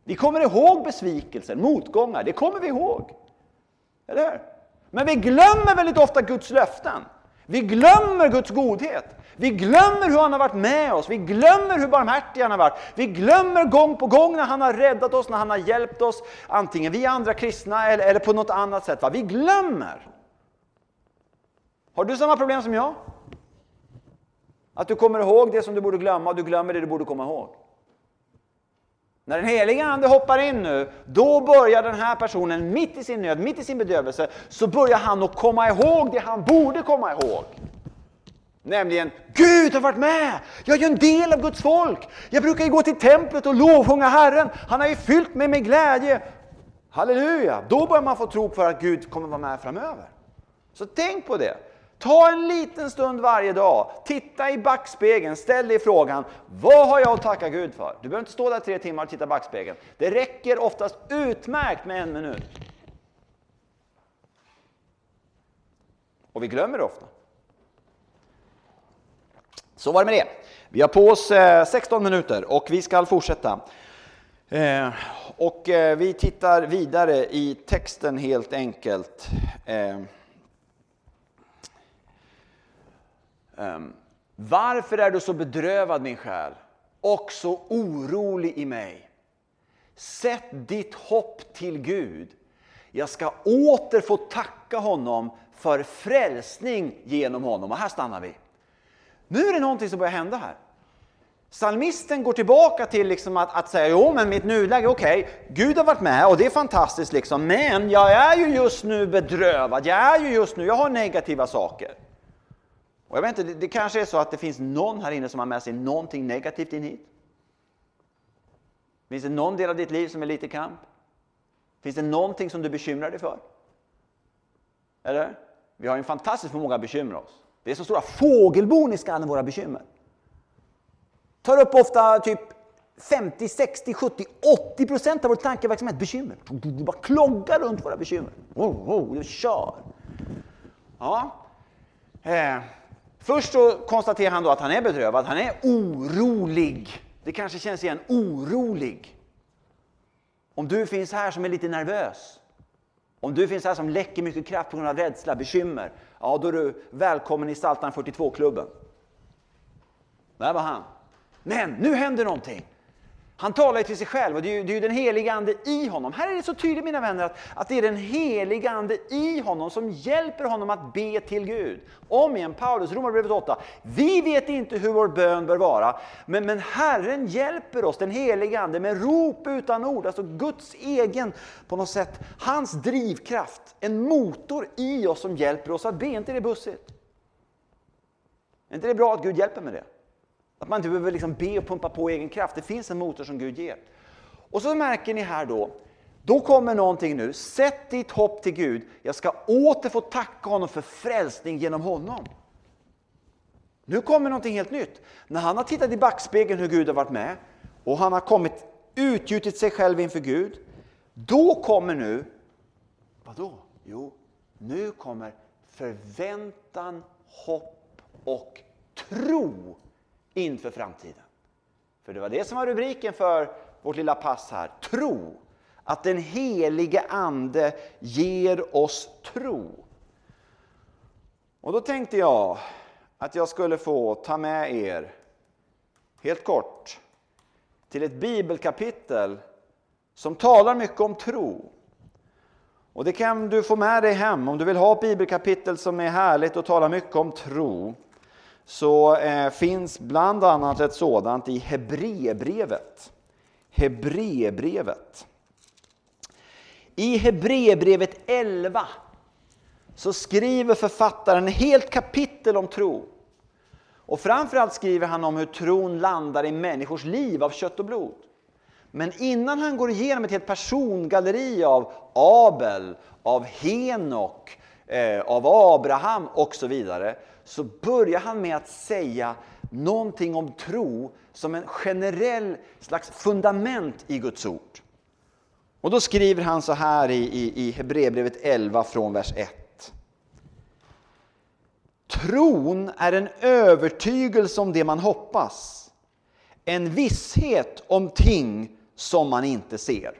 Vi kommer ihåg besvikelser, motgångar. Det kommer vi ihåg. Eller hur? Men vi glömmer väldigt ofta Guds löften. Vi glömmer Guds godhet. Vi glömmer hur han har varit med oss. Vi glömmer hur barmhärtig han har varit. Vi glömmer gång på gång när han har räddat oss, när han har hjälpt oss. Antingen vi andra kristna eller, eller på något annat sätt. Va? Vi glömmer. Har du samma problem som jag? Att du kommer ihåg det som du borde glömma och du glömmer det du borde komma ihåg. När den heliga ande hoppar in nu, då börjar den här personen mitt i sin nöd, mitt i sin bedövelse, så börjar han att komma ihåg det han borde komma ihåg. Nämligen, Gud har varit med. Jag är ju en del av Guds folk. Jag brukar ju gå till templet och lovsjunga Herren. Han har ju fyllt mig med glädje. Halleluja. Då börjar man få tro på att Gud kommer vara med framöver. Så tänk på det. Ta en liten stund varje dag. Titta i backspegeln. Ställ dig frågan, vad har jag att tacka Gud för? Du behöver inte stå där tre timmar och titta i backspegeln. Det räcker oftast utmärkt med en minut. Och vi glömmer det ofta. Så var det med det. Vi har på oss sexton minuter och vi ska fortsätta. Eh, och eh, vi tittar vidare i texten helt enkelt. Eh, eh, Varför är du så bedrövad, min själ, och så orolig i mig? Sätt ditt hopp till Gud. Jag ska åter få tacka honom för frälsning genom honom. Och här stannar vi. Nu är det någonting som börjar hända här. Psalmisten går tillbaka till liksom att, att säga, jo men mitt nuläge, okej, okay, Gud har varit med och det är fantastiskt liksom, men jag är ju just nu bedrövad, jag är ju just nu, jag har negativa saker. Och jag vet inte, det, det kanske är så att det finns någon här inne som har med sig någonting negativt in hit. Finns det någon del av ditt liv som är lite kamp? Finns det någonting som du bekymrar dig för? Eller? Vi har en fantastisk förmåga att bekymra oss. Det är så stora fågelbon i skallen, våra bekymmer. Tar upp ofta typ femtio, sextio, sjuttio, åttio procent av vår tankeverksamhet bekymmer. Du bara kloggar runt våra bekymmer. Oh, oh, du kör. Ja. Eh. Först så konstaterar han då att han är bedrövad. Han är orolig. Det kanske känns igen, orolig. Om du finns här som är lite nervös. Om du finns här som läcker mycket kraft på grund av rädsla, bekymmer. Ja, då är du välkommen i Psaltaren fyrtiotvå-klubben. Där var han. Men nu händer någonting. Han talar ju till sig själv och det är, ju, det är ju den heliga ande i honom. Här är det så tydligt, mina vänner, att, att det är den heliga ande i honom som hjälper honom att be till Gud. Om igen, Paulus, Romarbrevet åtta. Vi vet inte hur vår bön bör vara, men, men Herren hjälper oss, den heliga ande, med rop utan ord. Alltså Guds egen, på något sätt, hans drivkraft. En motor i oss som hjälper oss att be. Är inte det bussigt? Är inte det bra att Gud hjälper med det? Att man inte behöver liksom be och pumpa på egen kraft. Det finns en motor som Gud ger. Och så märker ni här då. Då kommer någonting nu. Sätt ditt hopp till Gud. Jag ska åter få tacka honom för frälsning genom honom. Nu kommer någonting helt nytt. När han har tittat i backspegeln hur Gud har varit med. Och han har kommit utgjutit sig själv inför Gud. Då kommer nu. Vad då? Jo, nu kommer förväntan, hopp och tro inför framtiden. För det var det som var rubriken för vårt lilla pass här. Tro. Att den helige ande ger oss tro. Och då tänkte jag att jag skulle få ta med er helt kort till ett bibelkapitel som talar mycket om tro. Och det kan du få med dig hem om du vill ha ett bibelkapitel som är härligt och talar mycket om tro. Så eh, finns bland annat ett sådant i Hebreerbrevet. Hebreerbrevet. I Hebreerbrevet elva så skriver författaren ett helt kapitel om tro. Och framförallt skriver han om hur tron landar i människors liv av kött och blod. Men innan han går igenom ett helt persongalleri av Abel, av Henok, eh, av Abraham och så vidare, så börjar han med att säga någonting om tro som en generell slags fundament i Guds ord. Och då skriver han så här i, i, i Hebreerbrevet elva från vers ett. Tron är en övertygelse om det man hoppas. En visshet om ting som man inte ser.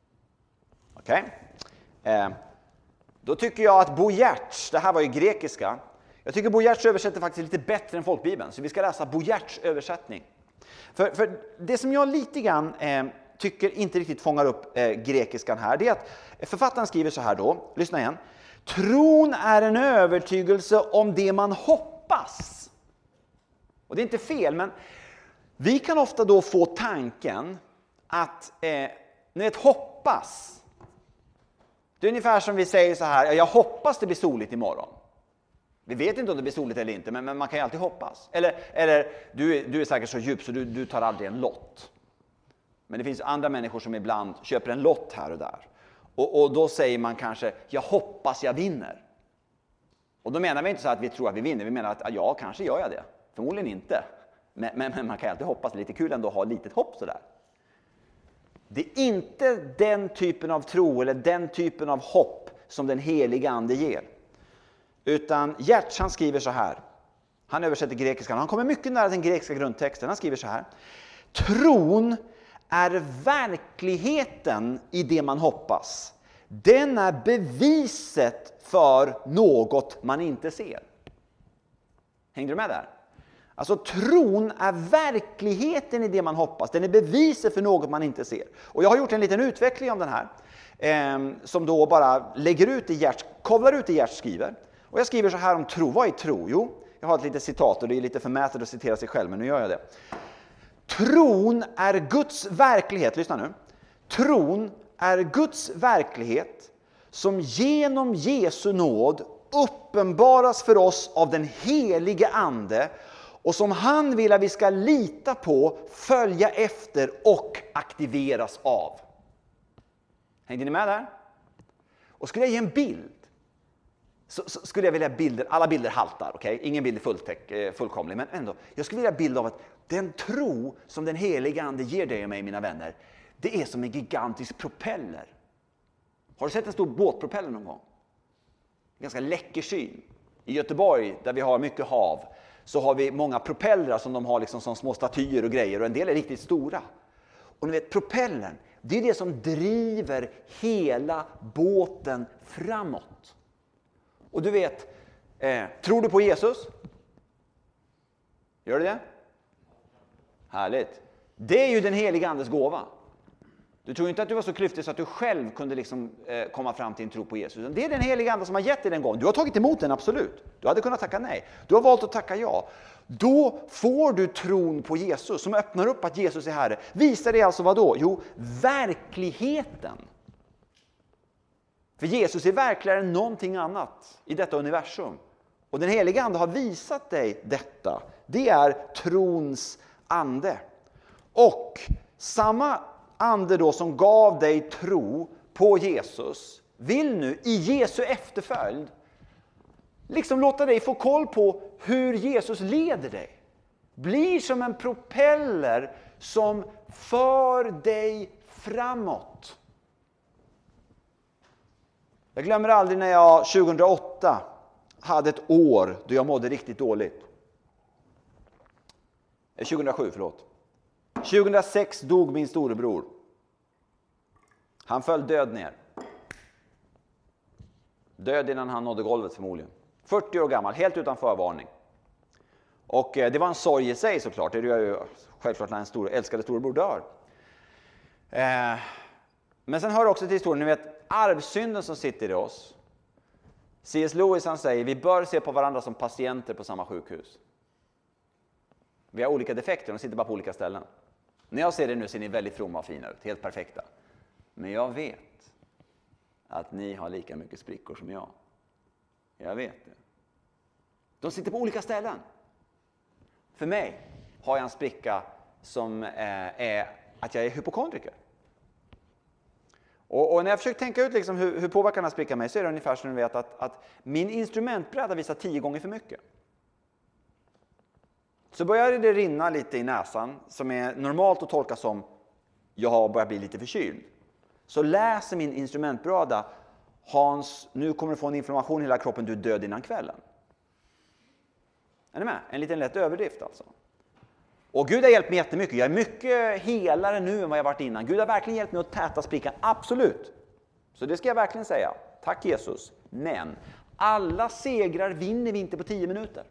Okej? Okay? Eh, då tycker jag att Bo Giertz, det här var ju grekiska, jag tycker Bo Giertz översätter faktiskt lite bättre än folkbibeln, så vi ska läsa Bo Giertz översättning. För, för det som jag lite grann eh, tycker inte riktigt fångar upp eh, grekiskan här, det är att författaren skriver så här då, lyssna igen. Tron är en övertygelse om det man hoppas. Och det är inte fel, men vi kan ofta då få tanken att, eh, ni vet, hoppas. Det är ungefär som vi säger så här, jag hoppas det blir soligt imorgon. Vi vet inte om det blir soligt eller inte, men, men man kan ju alltid hoppas. Eller, eller du, är, du är säkert så djup så du, du tar aldrig en lott. Men det finns andra människor som ibland köper en lott här och där. Och, och då säger man kanske, jag hoppas jag vinner. Och då menar vi inte så att vi tror att vi vinner, vi menar att ja, kanske gör jag det. Förmodligen inte. Men, men, men man kan alltid hoppas, det är lite kul ändå att ha litet hopp sådär. Det är inte den typen av tro eller den typen av hopp som den heliga ande ger. Utan Giertz, han skriver så här. Han översätter grekiskan. Han kommer mycket nära den grekiska grundtexten. Han skriver så här. Tron är verkligheten i det man hoppas. Den är beviset för något man inte ser. Hängde du med där? Alltså tron är verkligheten i det man hoppas. Den är beviset för något man inte ser. Och jag har gjort en liten utveckling om den här. Eh, som då bara lägger ut i Giertz, kavlar ut i Giertz skriver. Och jag skriver så här om tro. Vad är tro? Jo, jag har ett litet citat och det är lite förmätet att citera sig själv, men nu gör jag det. Tron är Guds verklighet. Lyssna nu. Tron är Guds verklighet som genom Jesu nåd uppenbaras för oss av den helige ande och som han vill att vi ska lita på, följa efter och aktiveras av. Hängde ni med där? Och skulle jag ge en bild så, så skulle jag vilja bilder, alla bilder haltar, okej? Okay? Ingen bild är fulltäck, fullkomlig, men ändå. Jag skulle vilja bild av att den tro som den heliga ande ger dig och mig, mina vänner, det är som en gigantisk propeller. Har du sett en stor båtpropeller någon gång? Ganska läcker syn. I Göteborg, där vi har mycket hav, så har vi många propellrar som de har liksom som små statyer och grejer, och en del är riktigt stora. Och ni vet, propellern, det är det som driver hela båten framåt. Och du vet, eh, tror du på Jesus? Gör du det? Härligt. Det är ju den heliga andes gåva. Du tror inte att du var så klyftig så att du själv kunde liksom, eh, komma fram till en tro på Jesus. Det är den heliga ande som har gett dig den gången. Du har tagit emot den, absolut. Du hade kunnat tacka nej. Du har valt att tacka ja. Då får du tron på Jesus som öppnar upp att Jesus är Herre. Visar det alltså vad då? Jo, verkligheten. För Jesus är verkligare än någonting annat i detta universum. Och den heliga ande har visat dig detta. Det är trons ande. Och samma ande då som gav dig tro på Jesus vill nu i Jesu efterföljd liksom låta dig få koll på hur Jesus leder dig. Blir som en propeller som för dig framåt. Jag glömmer aldrig när jag tjugohundraåtta hade ett år då jag mådde riktigt dåligt. tjugohundrasju, förlåt. tjugohundrasex dog min storebror. Han föll död ner. Död innan han nådde golvet förmodligen. fyrtio år gammal, helt utan förvarning. Och eh, det var en sorg i sig såklart. Det är ju självklart när en stor, älskade storebror dör. Eh, men sen hör också till historien, ni vet, arvsynden som sitter i oss. C S Lewis han säger, vi bör se på varandra som patienter på samma sjukhus. Vi har olika defekter, de sitter bara på olika ställen. När jag ser det nu ser ni väldigt fromma och fina ut, helt perfekta. Men jag vet att ni har lika mycket sprickor som jag. Jag vet det. De sitter på olika ställen. För mig har jag en spricka som är att jag är hypokondriker. Och, och när jag försöker tänka ut liksom hur, hur påverkar den här sprickan mig så är det ungefär som ni vet att, att min instrumentbräda visar tio gånger för mycket. Så börjar det rinna lite i näsan som är normalt att tolka som jag har börjat bli lite förkyld. Så läser min instrumentbräda, Hans, nu kommer du få en inflammation i hela kroppen, du är död innan kvällen. Är ni med? En liten lätt överdrift alltså. Och Gud har hjälpt mig jättemycket. Jag är mycket helare nu än vad jag varit innan. Gud har verkligen hjälpt mig att täta sprickan. Absolut. Så det ska jag verkligen säga. Tack Jesus. Men alla segrar vinner vi inte på tio minuter.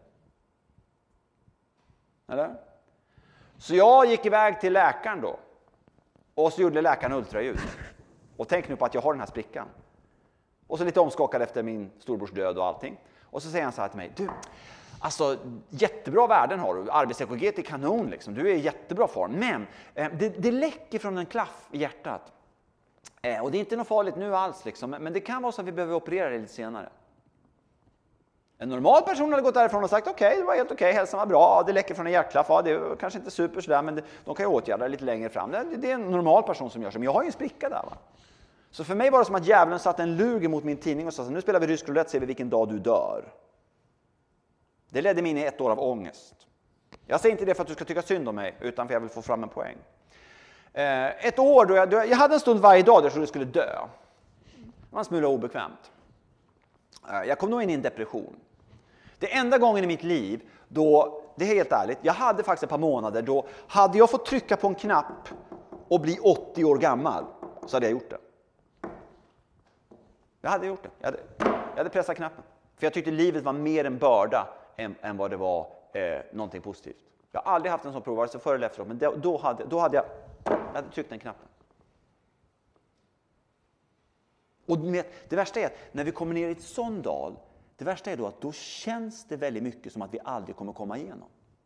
Eller? Så jag gick iväg till läkaren då. Och så gjorde läkaren ultraljud. Och tänk nu på att jag har den här sprickan. Och så lite omskakad efter min storbrors död och allting. Och så säger han så här till mig. Du, alltså jättebra värden har du. Arbets-E K G är kanon liksom. Du är i jättebra form. Men eh, det, det läcker från en klaff i hjärtat. Eh, och det är inte något farligt nu alls liksom. Men det kan vara så att vi behöver operera det lite senare. En normal person hade gått därifrån och sagt okej, okay, det var helt okej, okay, hälsan var bra, det läcker från en hjärtklaff, ja, det är kanske inte super sådär, men det, de kan ju åtgärda det lite längre fram. Det, det är en normal person som gör så, men jag har ju en spricka där va. Så för mig var det som att djävulen satte en lug mot min tidning och sa nu spelar vi rysk roulette, ser vi vilken dag du dör. Det ledde mig in i ett år av ångest. Jag säger inte det för att du ska tycka synd om mig, utan för att jag vill få fram en poäng. Eh, ett år då jag, då jag hade en stund varje dag där jag trodde jag skulle dö. Det var en smula obekvämt. Eh, jag kom nog in i en depression. Det enda gången i mitt liv då, det är helt ärligt, jag hade faktiskt ett par månader då hade jag fått trycka på en knapp och bli åttio år gammal så hade jag gjort det. Jag hade gjort det. Jag hade, jag hade pressat knappen. För jag tyckte livet var mer en börda än, än vad det var eh, någonting positivt. Jag har aldrig haft en sån prov, vare sig före eller efteråt, men det, då, hade, då hade jag, jag hade tryckt den knappen. Och med, det värsta är att när vi kommer ner i ett sån dal, det värsta är då att då känns det väldigt mycket som att vi aldrig kommer komma igenom.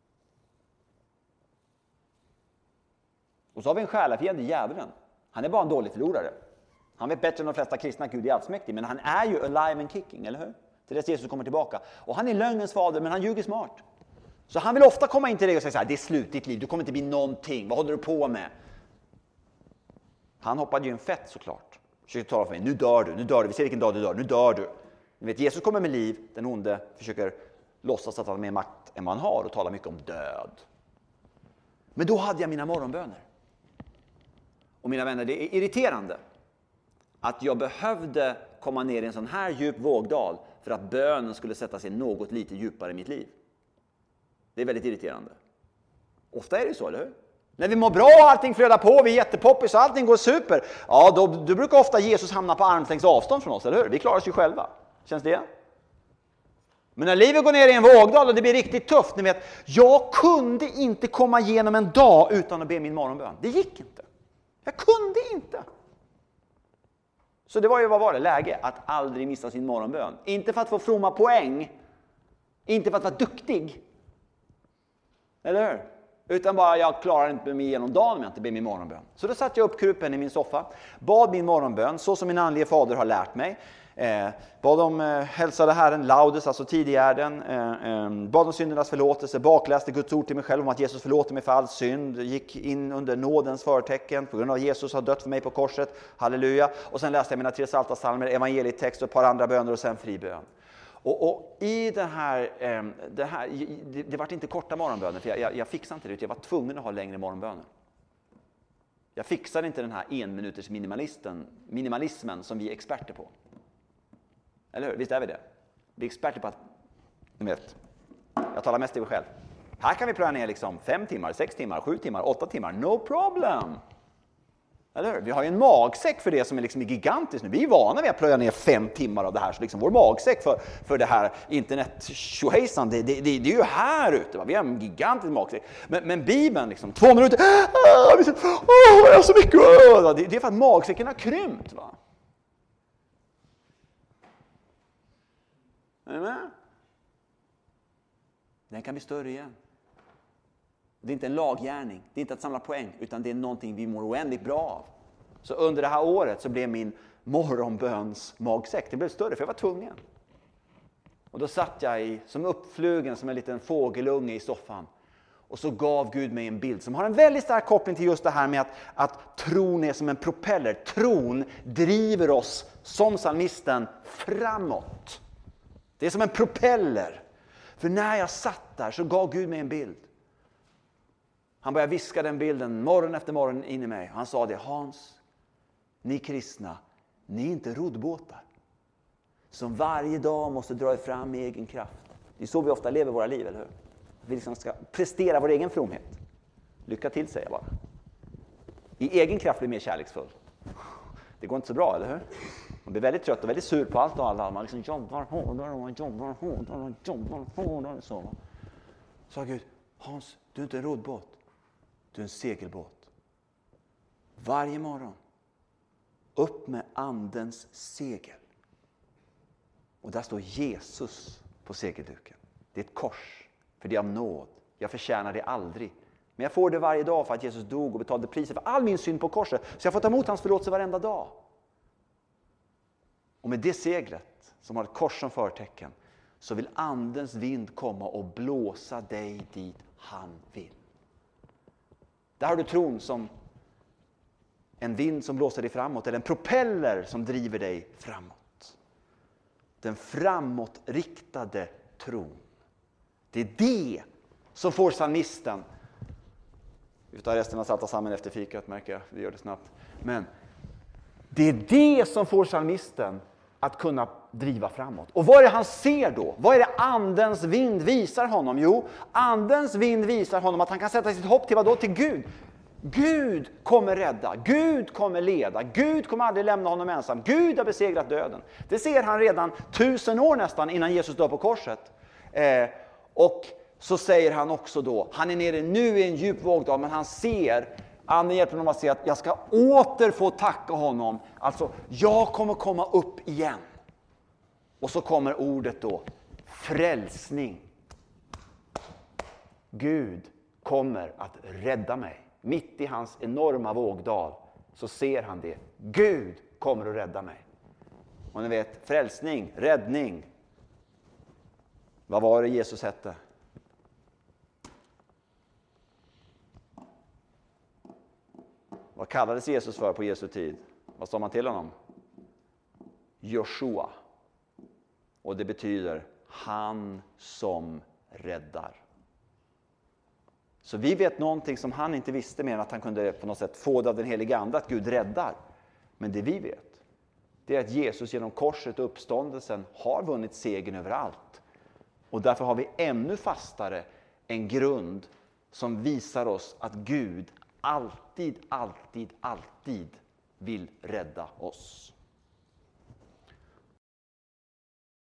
Och så har vi en själafiende, djävulen. Han är bara en dålig förlorare. Han vet bättre än de flesta kristna att Gud är allsmäktig, men han är ju alive and kicking, eller hur? Till dess Jesus kommer tillbaka. Och han är lögnens fader, men han ljuger smart. Så han vill ofta komma in till dig och säga så här, det är slut ditt liv, du kommer inte bli någonting, vad håller du på med? Han hoppade ju en fett såklart. Försöker tala för mig, nu dör du, nu dör du, vi ser vilken dag du dör, nu dör du. Ni vet, Jesus kommer med liv, den onde försöker låtsas att han har mer makt än vad han har och talar mycket om död. Men då hade jag mina morgonböner. Och mina vänner, det är irriterande att jag behövde komma ner i en sån här djup vågdal för att bönen skulle sätta sig något lite djupare i mitt liv. Det är väldigt irriterande. Ofta är det så, eller hur? När vi mår bra och allting flödar på, vi är jättepoppis och allting går super. Ja, då, då brukar ofta Jesus hamna på armslängds avstånd från oss, eller hur? Vi klarar oss ju själva. Känns det? Men när livet går ner i en vågdal och det blir riktigt tufft, ni vet, jag kunde inte komma igenom en dag utan att be min morgonbön. Det gick inte. Jag kunde inte. Så det var ju, vad var det? Läge att aldrig missa sin morgonbön. Inte för att få fromma poäng. Inte för att vara duktig. Eller hur? Utan bara, jag klarar inte mig igenom dagen om jag inte ber min morgonbön. Så då satt jag upp krupen i min soffa. Bad min morgonbön, så som min andlige fader har lärt mig. Eh, bad om eh, hälsade Herren laudes, alltså tidigärden. Eh, eh, bad om syndernas förlåtelse. Bakläste Guds ord till mig själv om att Jesus förlåter mig för all synd. Gick in under nådens förtecken på grund av att Jesus har dött för mig på korset. Halleluja. Och sen läste jag mina tre salta psalmer, evangelietext och ett par andra böner och sen fribön. Och, och i det här, eh, det, här det, det var inte korta morgonböner, för jag, jag, jag fixade inte det, jag var tvungen att ha längre morgonböner. Jag fixade inte den här enminuters minimalisten, minimalismen som vi är experter på. Eller hur? Visst är vi det? Vi är experter på att, ni vet, jag talar mest till mig själv. Här kan vi plöja ner liksom fem timmar, sex timmar, sju timmar, åtta timmar, no problem. Eller hur? Vi har ju en magsäck för det som är liksom gigantiskt nu. Vi är vana vid att plöja ner fem timmar av det här. Så liksom vår magsäck för, för det här internet-tjohejsan, det, det, det, det är ju här ute. Va? Vi har en gigantisk magsäck. Men, men Bibeln, liksom, två minuter. Ah, vi ser, oh, jag har så mycket. Oh, det, det är för att magsäcken har krympt. Va? Är ni med? Den kan bli större igen. Det är inte en laggärning, det är inte att samla poäng, utan det är någonting vi mår oändligt bra av. Så under det här året så blev min morgonböns magsäck, det blev större för jag var tvungen. Och då satt jag i, som uppflugen som en liten fågelunge i soffan. Och så gav Gud mig en bild som har en väldigt stark koppling till just det här med att, att tron är som en propeller. Tron driver oss, som psalmisten, framåt. Det är som en propeller. För när jag satt där så gav Gud mig en bild. Han började viska den bilden morgon efter morgon in i mig. Han sa det, Hans, ni kristna, ni är inte roddbåtar. Som varje dag måste dra er fram med egen kraft. Det är så vi ofta lever våra liv, eller hur? Vi liksom ska prestera vår egen fromhet. Lycka till, säger jag bara. I egen kraft blir mer kärleksfull. Det går inte så bra, eller hur? Man blir väldigt trött och väldigt sur på allt och alla. Man liksom jobbar hårdare och man jobbar hårdare och jobbar hårdare. Så sa Gud, Hans, du är inte en roddbåt. Du är en segelbåt. Varje morgon. Upp med andens segel. Och där står Jesus på segelduken. Det är ett kors. För det är av nåd. Jag förtjänar det aldrig. Men jag får det varje dag för att Jesus dog och betalade priset för all min synd på korset. Så jag får ta emot hans förlåtelse varenda dag. Och med det seglet som har ett kors som förtecken så vill andens vind komma och blåsa dig dit han vill. Där har du tron som en vind som blåser dig framåt eller en propeller som driver dig framåt. Den framåtriktade tron. Det är det som får psalmisten. Vi tar resten av salta samman efter fikat, märker jag. Vi gör det snabbt. Men det är det som får psalmisten att kunna driva framåt. Och vad är det han ser då? Vad är det andens vind visar honom? Jo, andens vind visar honom att han kan sätta sitt hopp till vad då? Till Gud. Gud kommer rädda. Gud kommer leda. Gud kommer aldrig lämna honom ensam. Gud har besegrat döden. Det ser han redan tusen år nästan innan Jesus dör på korset. Eh, och så säger han också då, han är nere nu i en djup vågdal, men han ser, anden hjälper honom att se att jag ska åter få tacka honom. Alltså, jag kommer komma upp igen. Och så kommer ordet då, frälsning. Gud kommer att rädda mig. Mitt i hans enorma vågdal så ser han det. Gud kommer att rädda mig. Och ni vet, frälsning, räddning. Vad var det Jesus hette? Vad kallades Jesus för på Jesu tid? Vad sa man till honom? Joshua. Och det betyder han som räddar. Så vi vet någonting som han inte visste mer än att han kunde på något sätt få det av den heliga ande att Gud räddar. Men det vi vet, det är att Jesus genom korset och uppståndelsen har vunnit segern över allt. Och därför har vi ännu fastare en grund som visar oss att Gud alltid, alltid, alltid vill rädda oss.